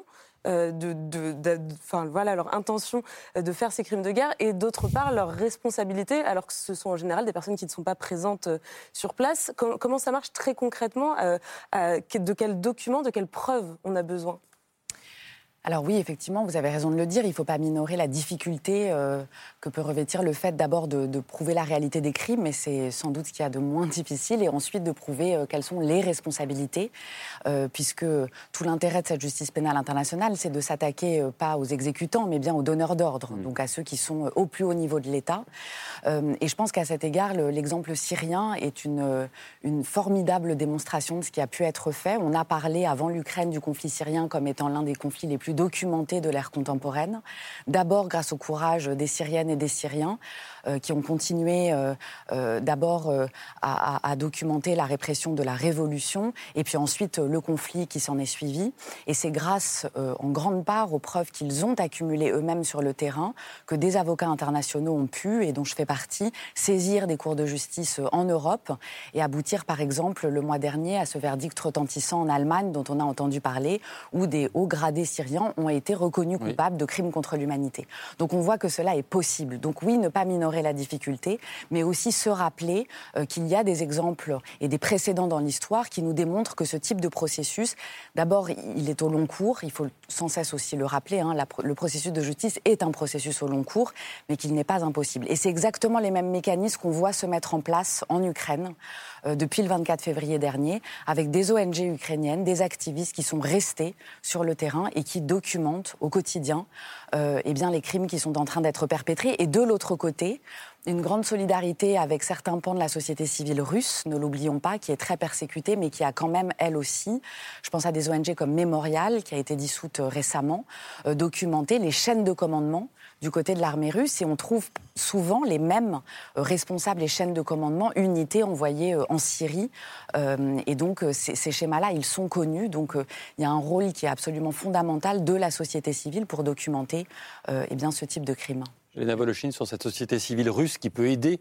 [SPEAKER 12] leur intention de faire ces crimes de guerre et d'autre part leur responsabilité, alors que ce sont en général des personnes qui ne sont pas présentes sur place. Comment ça marche très concrètement? De quels documents, de quelles preuves on a besoin?
[SPEAKER 1] Alors oui, effectivement, vous avez raison de le dire, il ne faut pas minorer la difficulté que peut revêtir le fait d'abord de prouver la réalité des crimes, mais c'est sans doute ce qu'il y a de moins difficile, et ensuite de prouver quelles sont les responsabilités, puisque tout l'intérêt de cette justice pénale internationale, c'est de s'attaquer pas aux exécutants, mais bien aux donneurs d'ordre, donc à ceux qui sont au plus haut niveau de l'État. Et je pense qu'à cet égard, l'exemple syrien est une formidable démonstration de ce qui a pu être fait. On a parlé avant l'Ukraine du conflit syrien comme étant l'un des conflits les plus documentés de l'ère contemporaine. D'abord grâce au courage des Syriennes et des Syriens qui ont continué d'abord à documenter la répression de la révolution et puis ensuite le conflit qui s'en est suivi. Et c'est grâce en grande part aux preuves qu'ils ont accumulées eux-mêmes sur le terrain que des avocats internationaux ont pu, et dont je fais partie, saisir des cours de justice en Europe et aboutir par exemple le mois dernier à ce verdict retentissant en Allemagne dont on a entendu parler, où des hauts gradés syriens ont été reconnus coupables de crimes contre l'humanité. Donc on voit que cela est possible. Donc oui, ne pas minorer la difficulté, mais aussi se rappeler qu'il y a des exemples et des précédents dans l'histoire qui nous démontrent que ce type de processus, d'abord, il est au long cours, il faut sans cesse aussi le rappeler, le processus de justice est un processus au long cours, mais qu'il n'est pas impossible. Et c'est exactement les mêmes mécanismes qu'on voit se mettre en place en Ukraine depuis le 24 février dernier, avec des ONG ukrainiennes, des activistes qui sont restés sur le terrain et qui documentent au quotidien les crimes qui sont en train d'être perpétrés. Et de l'autre côté, une grande solidarité avec certains pans de la société civile russe, ne l'oublions pas, qui est très persécutée, mais qui a quand même, elle aussi, je pense à des ONG comme Mémorial, qui a été dissoute récemment, documenté les chaînes de commandement du côté de l'armée russe, et on trouve souvent les mêmes responsables et chaînes de commandement, unités envoyées en Syrie. Et donc, ces schémas-là, ils sont connus. Donc, il y a un rôle qui est absolument fondamental de la société civile pour documenter ce type de crime.
[SPEAKER 2] Elena Voloshin, sur cette société civile russe qui peut aider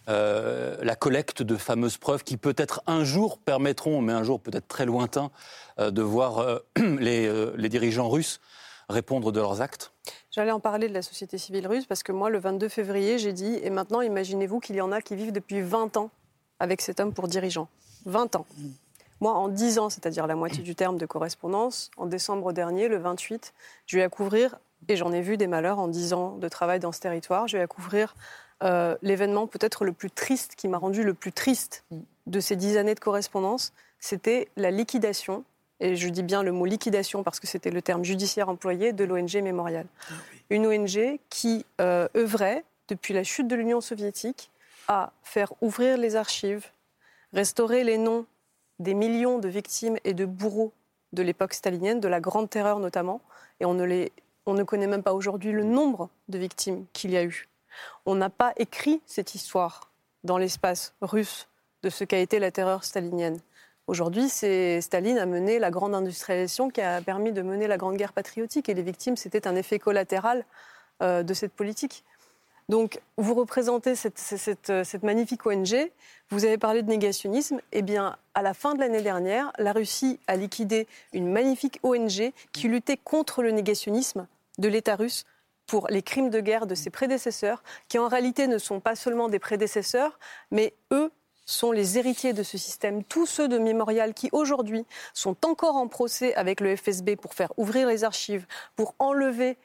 [SPEAKER 2] la collecte de fameuses preuves qui peut-être un jour permettront, mais un jour peut-être très lointain, de voir les dirigeants russes répondre de leurs actes?
[SPEAKER 5] J'allais en parler de la société civile russe parce que moi, le 22 février, j'ai dit « Et maintenant, imaginez-vous qu'il y en a qui vivent depuis 20 ans avec cet homme pour dirigeant. 20 ans. » Moi, en 10 ans, c'est-à-dire la moitié du terme de correspondance, en décembre dernier, le 28, je vais à couvrir, et j'en ai vu des malheurs en 10 ans de travail dans ce territoire, je vais à couvrir l'événement peut-être le plus triste, qui m'a rendu le plus triste de ces 10 années de correspondance, c'était la liquidation, et je dis bien le mot liquidation parce que c'était le terme judiciaire employé, de l'ONG Mémorial. une ONG qui œuvrait, depuis la chute de l'Union soviétique, à faire ouvrir les archives, restaurer les noms des millions de victimes et de bourreaux de l'époque stalinienne, de la Grande Terreur notamment, et on ne connaît même pas aujourd'hui le nombre de victimes qu'il y a eu. On n'a pas écrit cette histoire dans l'espace russe de ce qu'a été la terreur stalinienne. Aujourd'hui, Staline a mené la grande industrialisation qui a permis de mener la grande guerre patriotique, et les victimes, c'était un effet collatéral de cette politique. Donc, vous représentez cette magnifique ONG, vous avez parlé de négationnisme. Eh bien, à la fin de l'année dernière, la Russie a liquidé une magnifique ONG qui luttait contre le négationnisme de l'État russe pour les crimes de guerre de ses prédécesseurs, qui en réalité ne sont pas seulement des prédécesseurs, mais eux sont les héritiers de ce système, tous ceux de Mémorial qui aujourd'hui sont encore en procès avec le FSB pour faire ouvrir les archives, pour enlever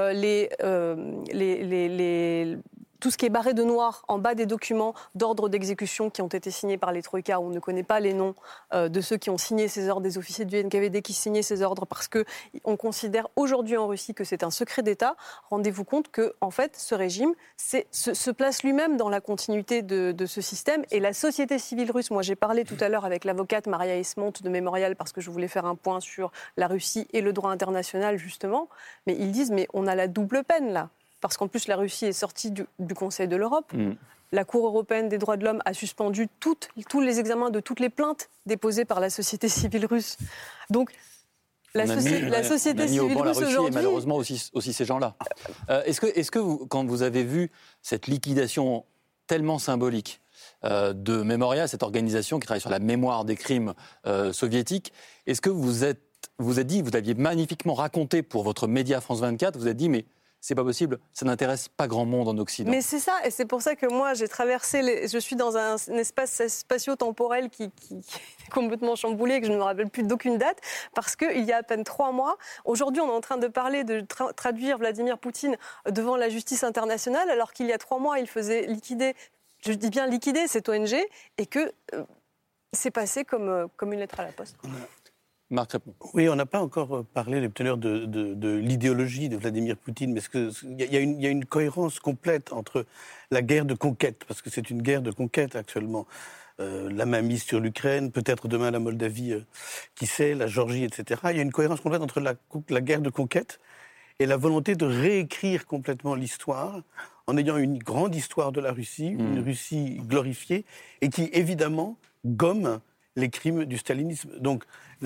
[SPEAKER 5] tout ce qui est barré de noir en bas des documents d'ordre d'exécution qui ont été signés par les troïkas, où on ne connaît pas les noms de ceux qui ont signé ces ordres, des officiers du NKVD qui signaient ces ordres, parce qu'on considère aujourd'hui en Russie que c'est un secret d'État. Rendez-vous compte que, en fait, ce régime se place lui-même dans la continuité de ce système. Et la société civile russe, moi j'ai parlé tout à l'heure avec l'avocate Maria Esmont de Mémorial, parce que je voulais faire un point sur la Russie et le droit international, justement. Mais ils disent, mais on a la double peine, là. Parce qu'en plus, la Russie est sortie du Conseil de l'Europe. La Cour européenne des droits de l'homme a suspendu tous les examens de toutes les plaintes déposées par la société civile russe. Donc, la société civile russe aujourd'hui...
[SPEAKER 2] Et malheureusement aussi ces gens-là. Est-ce que vous, quand vous avez vu cette liquidation tellement symbolique de Mémorial, cette organisation qui travaille sur la mémoire des crimes soviétiques, est-ce que vous aviez magnifiquement raconté pour votre média France 24, vous avez dit, mais c'est pas possible, ça n'intéresse pas grand monde en Occident.
[SPEAKER 5] Mais c'est ça, et c'est pour ça que moi j'ai traversé, je suis dans un espace spatio-temporel qui est complètement chamboulé, que je ne me rappelle plus d'aucune date, parce qu'il y a à peine 3 mois, aujourd'hui on est en train de parler de traduire Vladimir Poutine devant la justice internationale, alors qu'il y a 3 mois il faisait liquider, je dis bien liquider cette ONG, et que c'est passé comme une lettre à la poste.
[SPEAKER 2] Marc Crépon.
[SPEAKER 6] Oui, on n'a pas encore parlé les teneurs de l'idéologie de Vladimir Poutine, mais il y a une cohérence complète entre la guerre de conquête, parce que c'est une guerre de conquête actuellement, la mainmise sur l'Ukraine, peut-être demain la Moldavie, qui sait, la Géorgie, etc. Il y a une cohérence complète entre la guerre de conquête et la volonté de réécrire complètement l'histoire, en ayant une grande histoire de la Russie, une Russie glorifiée, et qui, évidemment, gomme les crimes du stalinisme. Donc,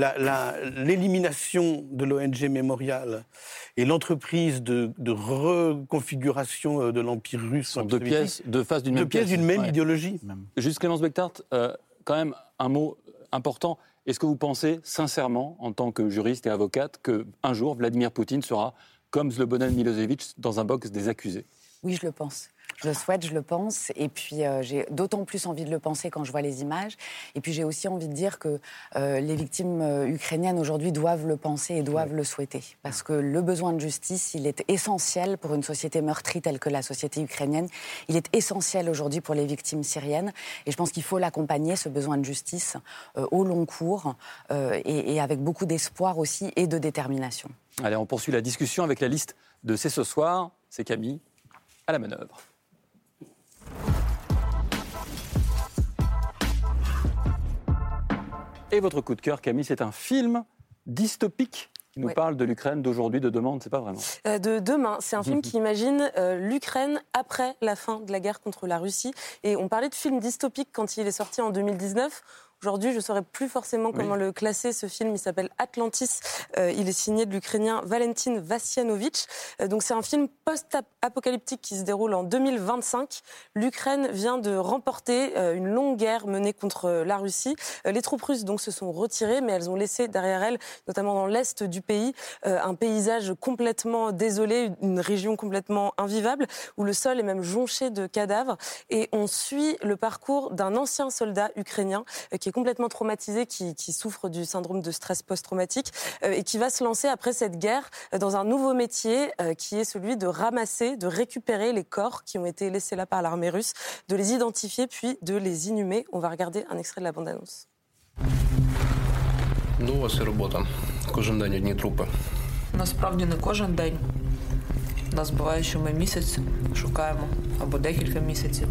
[SPEAKER 6] l'élimination de l'ONG Mémorial et l'entreprise de reconfiguration de l'Empire russe...
[SPEAKER 2] Deux faces d'une même pièce.
[SPEAKER 6] D'une même idéologie.
[SPEAKER 2] Juste Clémence Bechtart, quand même un mot important. Est-ce que vous pensez sincèrement, en tant que juriste et avocate, qu'un jour, Vladimir Poutine sera, comme Slobodan Milosevic, dans un box des accusés ?
[SPEAKER 1] Oui, je le pense. Je le souhaite, je le pense. Et puis, j'ai d'autant plus envie de le penser quand je vois les images. Et puis, j'ai aussi envie de dire que les victimes ukrainiennes, aujourd'hui, doivent le penser et doivent le souhaiter. Parce que le besoin de justice, il est essentiel pour une société meurtrie telle que la société ukrainienne. Il est essentiel aujourd'hui pour les victimes syriennes. Et je pense qu'il faut l'accompagner, ce besoin de justice, au long cours et avec beaucoup d'espoir aussi et de détermination.
[SPEAKER 2] Allez, on poursuit la discussion avec la liste de C'est ce soir. C'est Camille à la manœuvre. Et votre coup de cœur, Camille, c'est un film dystopique qui nous parle de l'Ukraine d'aujourd'hui, de demain, on ne sait pas vraiment.
[SPEAKER 12] De demain, c'est un film qui imagine l'Ukraine après la fin de la guerre contre la Russie. Et on parlait de film dystopique quand il est sorti en 2019. Aujourd'hui, je ne saurais plus forcément comment le classer, ce film. Il s'appelle Atlantis. Il est signé de l'Ukrainien Valentin Vassianovitch. Donc c'est un film post-apocalyptique qui se déroule en 2025. L'Ukraine vient de remporter une longue guerre menée contre la Russie. Les troupes russes donc, se sont retirées, mais elles ont laissé derrière elles, notamment dans l'est du pays, un paysage complètement désolé, une région complètement invivable, où le sol est même jonché de cadavres. Et on suit le parcours d'un ancien soldat ukrainien qui est complètement traumatisé, qui souffre du syndrome de stress post-traumatique et qui va se lancer après cette guerre dans un nouveau métier qui est celui de ramasser, de récupérer les corps qui ont été laissés là par l'armée russe, de les identifier puis de les inhumer. On va regarder un extrait de la bande-annonce.
[SPEAKER 3] Ну, у вас і робота. Кожен день одні трупи.
[SPEAKER 22] Насправді не кожен день.
[SPEAKER 3] У нас буває, що ми місяць шукаємо, або декілька місяців.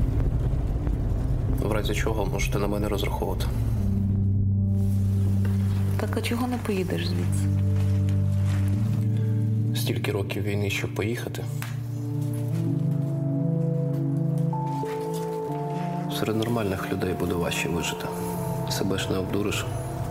[SPEAKER 22] В разі чого можете на мене розраховувати.
[SPEAKER 3] Так а чого не поїдеш звідси?
[SPEAKER 22] Стільки років війни, щоб поїхати. Серед нормальних людей буде важче вижити. Себе ж не обдуриш.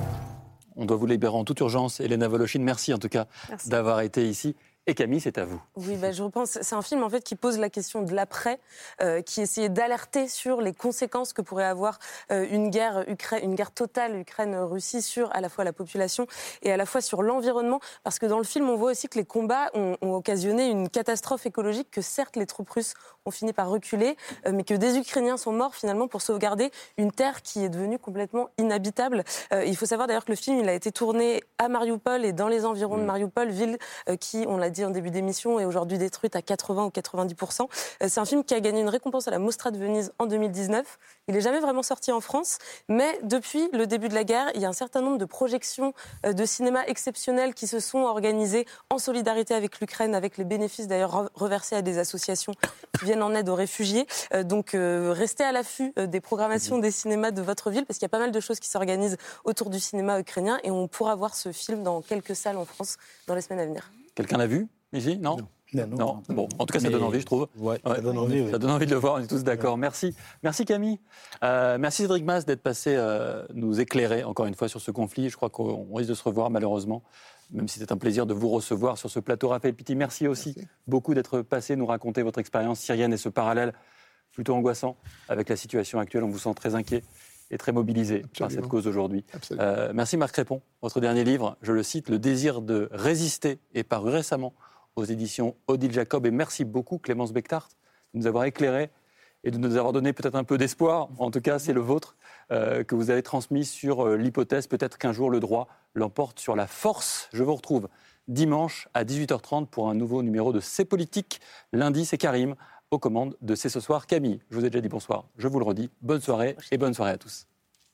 [SPEAKER 2] On doit vous libérer en toute urgence. Elena Voloshin, merci en tout cas d'avoir été ici. Et Camille, c'est à vous.
[SPEAKER 12] Oui, je repense. C'est un film en fait qui pose la question de l'après, qui essayait d'alerter sur les conséquences que pourrait avoir une guerre totale Ukraine-Russie sur à la fois la population et à la fois sur l'environnement. Parce que dans le film, on voit aussi que les combats ont occasionné une catastrophe écologique, que certes les troupes russes ont fini par reculer, mais que des Ukrainiens sont morts finalement pour sauvegarder une terre qui est devenue complètement inhabitable. Il faut savoir d'ailleurs que le film il a été tourné à Mariupol et dans les environs de Mariupol, ville qui, on l'a dit en début d'émission, est aujourd'hui détruite à 80 ou 90%. C'est un film qui a gagné une récompense à la Mostra de Venise en 2019. Il n'est jamais vraiment sorti en France, mais depuis le début de la guerre, il y a un certain nombre de projections de cinéma exceptionnelles qui se sont organisées en solidarité avec l'Ukraine, avec les bénéfices d'ailleurs reversés à des associations qui viennent en aide aux réfugiés. Donc restez à l'affût des programmations des cinémas de votre ville, parce qu'il y a pas mal de choses qui s'organisent autour du cinéma ukrainien et on pourra voir ce film dans quelques salles en France dans les semaines à venir.
[SPEAKER 2] Quelqu'un l'a vu ici? Non. Non. Bon, en tout cas, ça donne envie, je trouve.
[SPEAKER 6] Ouais, ça donne envie.
[SPEAKER 2] Ça donne envie de le voir, on est tous d'accord. Merci. Merci Camille. Merci Cédric Mas d'être passé nous éclairer encore une fois sur ce conflit. Je crois qu'on risque de se revoir malheureusement, même si c'est un plaisir de vous recevoir sur ce plateau. Raphaël Pitti, merci aussi beaucoup d'être passé nous raconter votre expérience syrienne et ce parallèle plutôt angoissant avec la situation actuelle. On vous sent très inquiet et très mobilisé par cette cause aujourd'hui. Merci Marc Crépon. Votre dernier livre, je le cite, Le désir de résister, est paru récemment aux éditions Odile Jacob. Et merci beaucoup Clémence Bectart de nous avoir éclairé et de nous avoir donné peut-être un peu d'espoir, en tout cas c'est le vôtre, que vous avez transmis sur l'hypothèse peut-être qu'un jour le droit l'emporte sur la force. Je vous retrouve dimanche à 18h30 pour un nouveau numéro de C'est Politique. Lundi, c'est Karim aux commandes de C'est ce soir. Camille, je vous ai déjà dit bonsoir, je vous le redis, bonne soirée et bonne soirée à tous.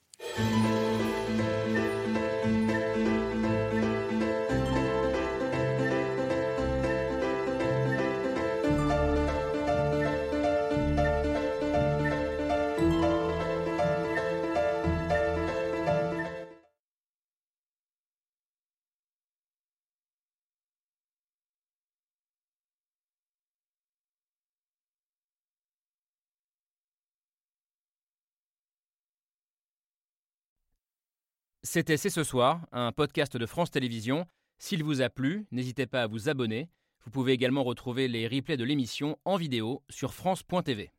[SPEAKER 23] C'était C'est ce soir, un podcast de France Télévisions. S'il vous a plu, n'hésitez pas à vous abonner. Vous pouvez également retrouver les replays de l'émission en vidéo sur France.tv.